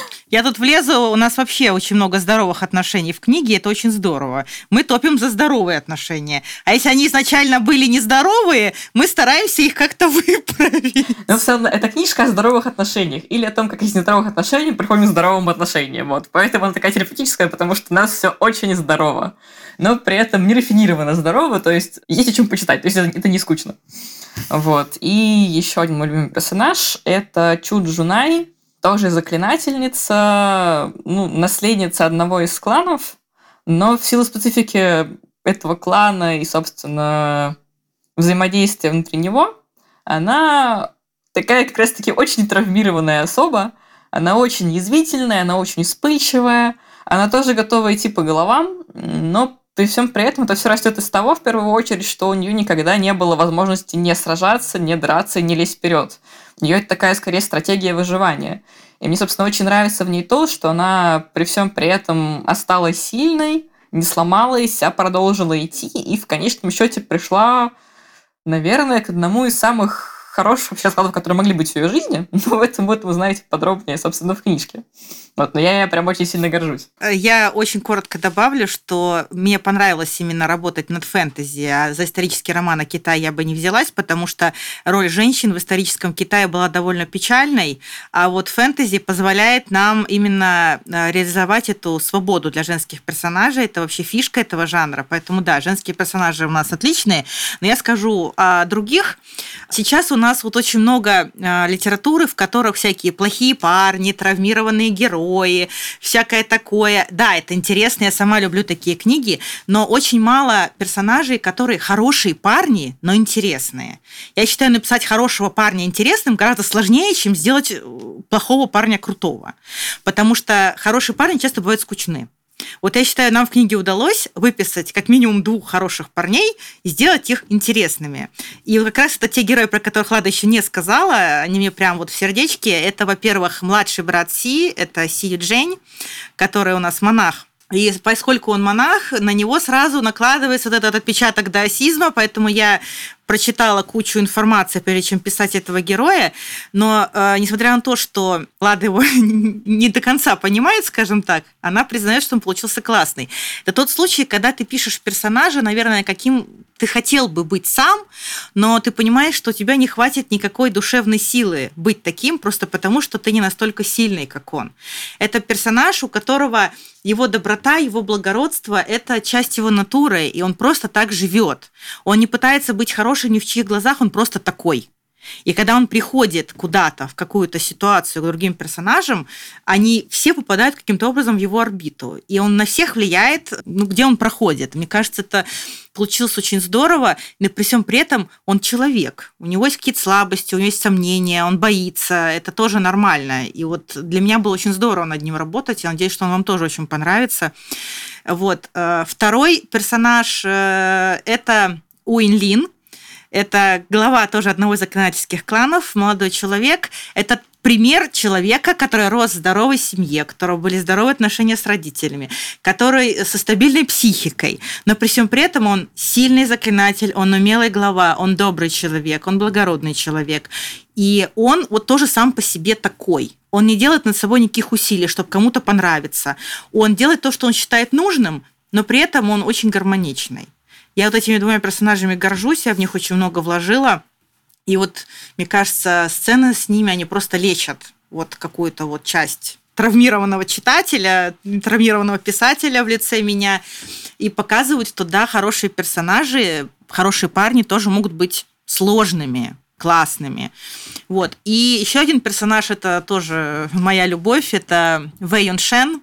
Я тут влезу, у нас вообще очень много здоровых отношений в книге, это очень здорово. Мы топим за здоровые отношения. А если они изначально были нездоровые, мы стараемся их как-то выправить. Но в целом, это книжка о здоровых отношениях или о том, как из нездоровых отношений приходим к здоровым отношениям. Вот. Поэтому она такая терапевтическая, потому что у нас все очень здорово. Но при этом не рафинированно здорово, то есть есть о чем почитать, то есть это, это не скучно. Вот. И еще один мой любимый персонаж – это Чу Джунай, тоже заклинательница, ну, наследница одного из кланов, но в силу специфики этого клана и, собственно, взаимодействия внутри него, она такая как раз-таки очень травмированная особа. Она очень язвительная, она очень вспыльчивая, она тоже готова идти по головам, но при всем при этом это все растет из того, в первую очередь, что у нее никогда не было возможности не сражаться, не драться, не лезть вперед. У нее это такая, скорее, стратегия выживания. И мне, собственно, очень нравится в ней то, что она при всем при этом осталась сильной, не сломалась, а продолжила идти, и в конечном счете пришла, наверное, к одному из самых хороших вообще складов, которые могли быть в ее жизни. Но в этом вот вы узнаете подробнее, собственно, в книжке. Вот, но я, я прям очень сильно горжусь. Я очень коротко добавлю, что мне понравилось именно работать над фэнтези, а за исторический роман о Китае я бы не взялась, потому что роль женщин в историческом Китае была довольно печальной, а вот фэнтези позволяет нам именно реализовать эту свободу для женских персонажей. Это вообще фишка этого жанра. Поэтому, да, женские персонажи у нас отличные, но я скажу о других. Сейчас у нас У нас вот очень много э, литературы, в которых всякие плохие парни, травмированные герои, всякое такое. Да, это интересно, я сама люблю такие книги, но очень мало персонажей, которые хорошие парни, но интересные. Я считаю, написать хорошего парня интересным гораздо сложнее, чем сделать плохого парня крутого, потому что хорошие парни часто бывают скучны. Вот я считаю, нам в книге удалось выписать как минимум двух хороших парней и сделать их интересными. И вот как раз это те герои, про которых Лада еще не сказала, они мне прям вот в сердечке. Это, во-первых, младший брат Си, это Си Юджень, который у нас монах. И поскольку он монах, на него сразу накладывается вот этот отпечаток даосизма, поэтому я прочитала кучу информации, прежде чем писать этого героя, но э, несмотря на то, что Лада его не до конца понимает, скажем так, она признает, что он получился классный. Это тот случай, когда ты пишешь персонажа, наверное, каким ты хотел бы быть сам, но ты понимаешь, что у тебя не хватит никакой душевной силы быть таким, просто потому, что ты не настолько сильный, как он. Это персонаж, у которого его доброта, его благородство – это часть его натуры, и он просто так живет. Он не пытается быть хорошим ни в чьих глазах, он просто такой. И когда он приходит куда-то, в какую-то ситуацию к другим персонажам, они все попадают каким-то образом в его орбиту. И он на всех влияет, ну, где он проходит. Мне кажется, это получилось очень здорово, но при всем при этом он человек. У него есть какие-то слабости, у него есть сомнения, он боится, это тоже нормально. И вот для меня было очень здорово над ним работать, я надеюсь, что он вам тоже очень понравится. Вот. Второй персонаж – это Уин Лин. Это глава тоже одного из заклинательских кланов, молодой человек. Это пример человека, который рос в здоровой семье, у которого были здоровые отношения с родителями, который со стабильной психикой. Но при всем при этом он сильный заклинатель, он умелый глава, он добрый человек, он благородный человек. И он вот тоже сам по себе такой. Он не делает над собой никаких усилий, чтобы кому-то понравиться. Он делает то, что он считает нужным, но при этом он очень гармоничный. Я вот этими двумя персонажами горжусь, я в них очень много вложила. И вот, мне кажется, сцены с ними, они просто лечат вот какую-то вот часть травмированного читателя, травмированного писателя в лице меня, и показывают, что да, хорошие персонажи, хорошие парни тоже могут быть сложными, классными. Вот. И еще один персонаж, это тоже моя любовь, это Вэй Юншен.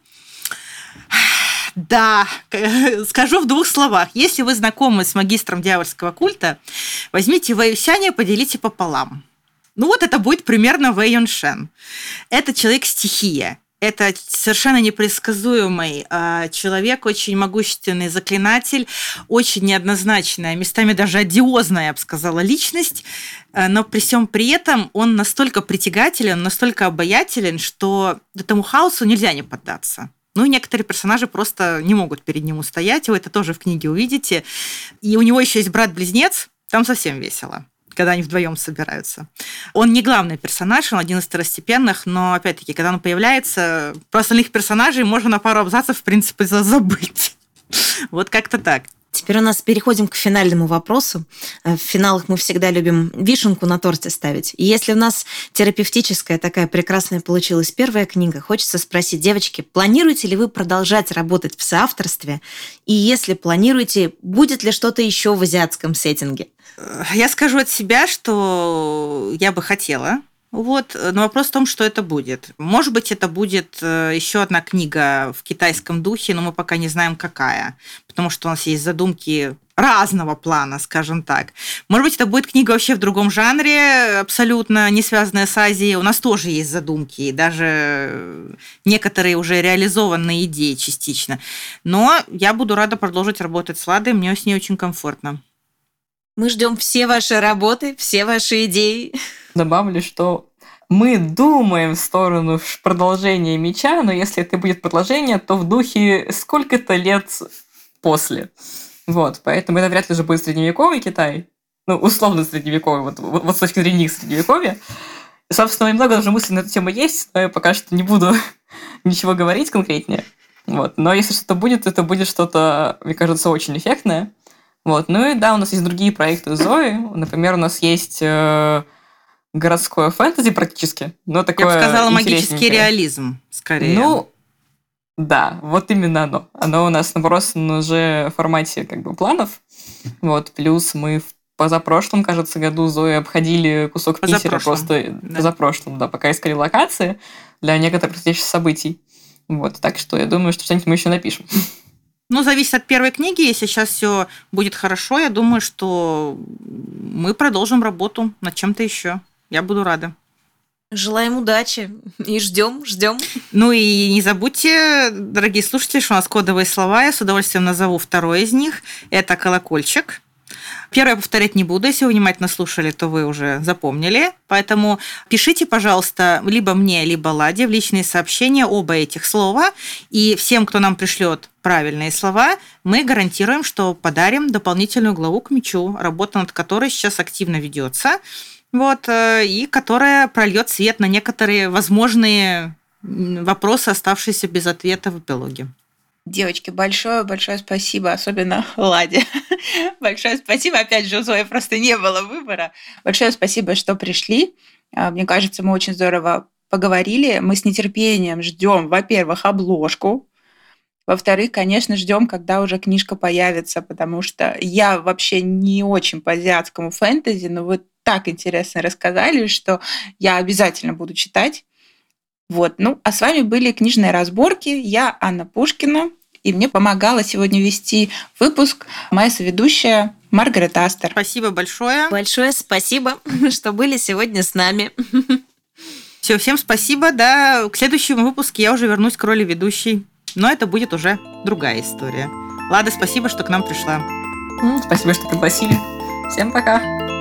Да, скажу в двух словах. Если вы знакомы с магистром дьявольского культа, возьмите Вэй Юсяня и поделите пополам. Ну вот это будет примерно Вэй Юншен. Это человек-стихия. Это совершенно непредсказуемый человек, очень могущественный заклинатель, очень неоднозначная, местами даже одиозная, я бы сказала, личность, но при всем при этом он настолько притягателен, настолько обаятелен, что этому хаосу нельзя не поддаться. Ну и некоторые персонажи просто не могут перед ним устоять, вы это тоже в книге увидите. И у него еще есть брат-близнец, там совсем весело, когда они вдвоем собираются. Он не главный персонаж, он один из второстепенных, но, опять-таки, когда он появляется, про остальных персонажей можно на пару абзацев, в принципе, забыть. Вот как-то так. Теперь у нас переходим к финальному вопросу. В финалах мы всегда любим вишенку на торте ставить. И если у нас терапевтическая такая прекрасная получилась первая книга, хочется спросить, девочки, планируете ли вы продолжать работать в соавторстве? И если планируете, будет ли что-то еще в азиатском сеттинге? Я скажу от себя, что я бы хотела. Вот. Но вопрос в том, что это будет. Может быть, это будет еще одна книга в китайском духе, но мы пока не знаем, какая. Потому что у нас есть задумки разного плана, скажем так. Может быть, это будет книга вообще в другом жанре, абсолютно не связанная с Азией. У нас тоже есть задумки, и даже некоторые уже реализованные идеи частично. Но я буду рада продолжить работать с Ладой, мне с ней очень комфортно. Мы ждем все ваши работы, все ваши идеи. Добавлю, что мы думаем в сторону продолжения меча, но если это будет продолжение, то в духе сколько-то лет после. Вот, поэтому это вряд ли же будет средневековый Китай. Ну, условно средневековый, вот, вот, вот с точки зрения их средневековья. И, собственно, много уже мыслей на эту тему есть, но я пока что не буду ничего говорить конкретнее. Вот. Но если что-то будет, это будет что-то, мне кажется, очень эффектное. Вот. Ну и да, у нас есть другие проекты Зои. Например, у нас есть э, городское фэнтези практически, но такое Я бы сказала, интересненькое. магический реализм, скорее. Ну, да, вот именно оно. Оно у нас набросано уже в формате как бы планов. Вот. Плюс мы в позапрошлом, кажется, году Зои обходили кусок Питера просто да. позапрошлом, да, пока искали локации для некоторых предстоящих событий. Вот. Так что я думаю, что что-нибудь мы еще напишем. Ну, зависит от первой книги. Если сейчас все будет хорошо, я думаю, что мы продолжим работу над чем-то еще. Я буду рада. Желаем удачи и ждем, ждем. Ну и не забудьте, дорогие слушатели, что у нас кодовые слова. Я с удовольствием назову второй из них. Это колокольчик. Первое повторять не буду. Если вы внимательно слушали, то вы уже запомнили. Поэтому пишите, пожалуйста, либо мне, либо Ладе в личные сообщения оба этих слова. И всем, кто нам пришлет правильные слова, мы гарантируем, что подарим дополнительную главу к мечу, работа над которой сейчас активно ведется. Вот, и которая прольет свет на некоторые возможные вопросы, оставшиеся без ответа в эпилоге. Девочки, большое-большое спасибо, особенно Ладе. Большое спасибо. Опять же, у Зои просто не было выбора. Большое спасибо, что пришли. Мне кажется, мы очень здорово поговорили. Мы с нетерпением ждем, во-первых, обложку. Во-вторых, конечно, ждем, когда уже книжка появится, потому что я вообще не очень по азиатскому фэнтези, но вы так интересно рассказали, что я обязательно буду читать. Вот. Ну, а с вами были книжные разборки. Я Анна Пушкина, и мне помогала сегодня вести выпуск моя соведущая Маргарет Астер. Спасибо большое. Большое спасибо, что были сегодня с нами. Все, всем спасибо. Да, к следующему выпуску я уже вернусь к роли ведущей. Но это будет уже другая история. Лада, спасибо, что к нам пришла. Спасибо, что пригласили. Всем пока.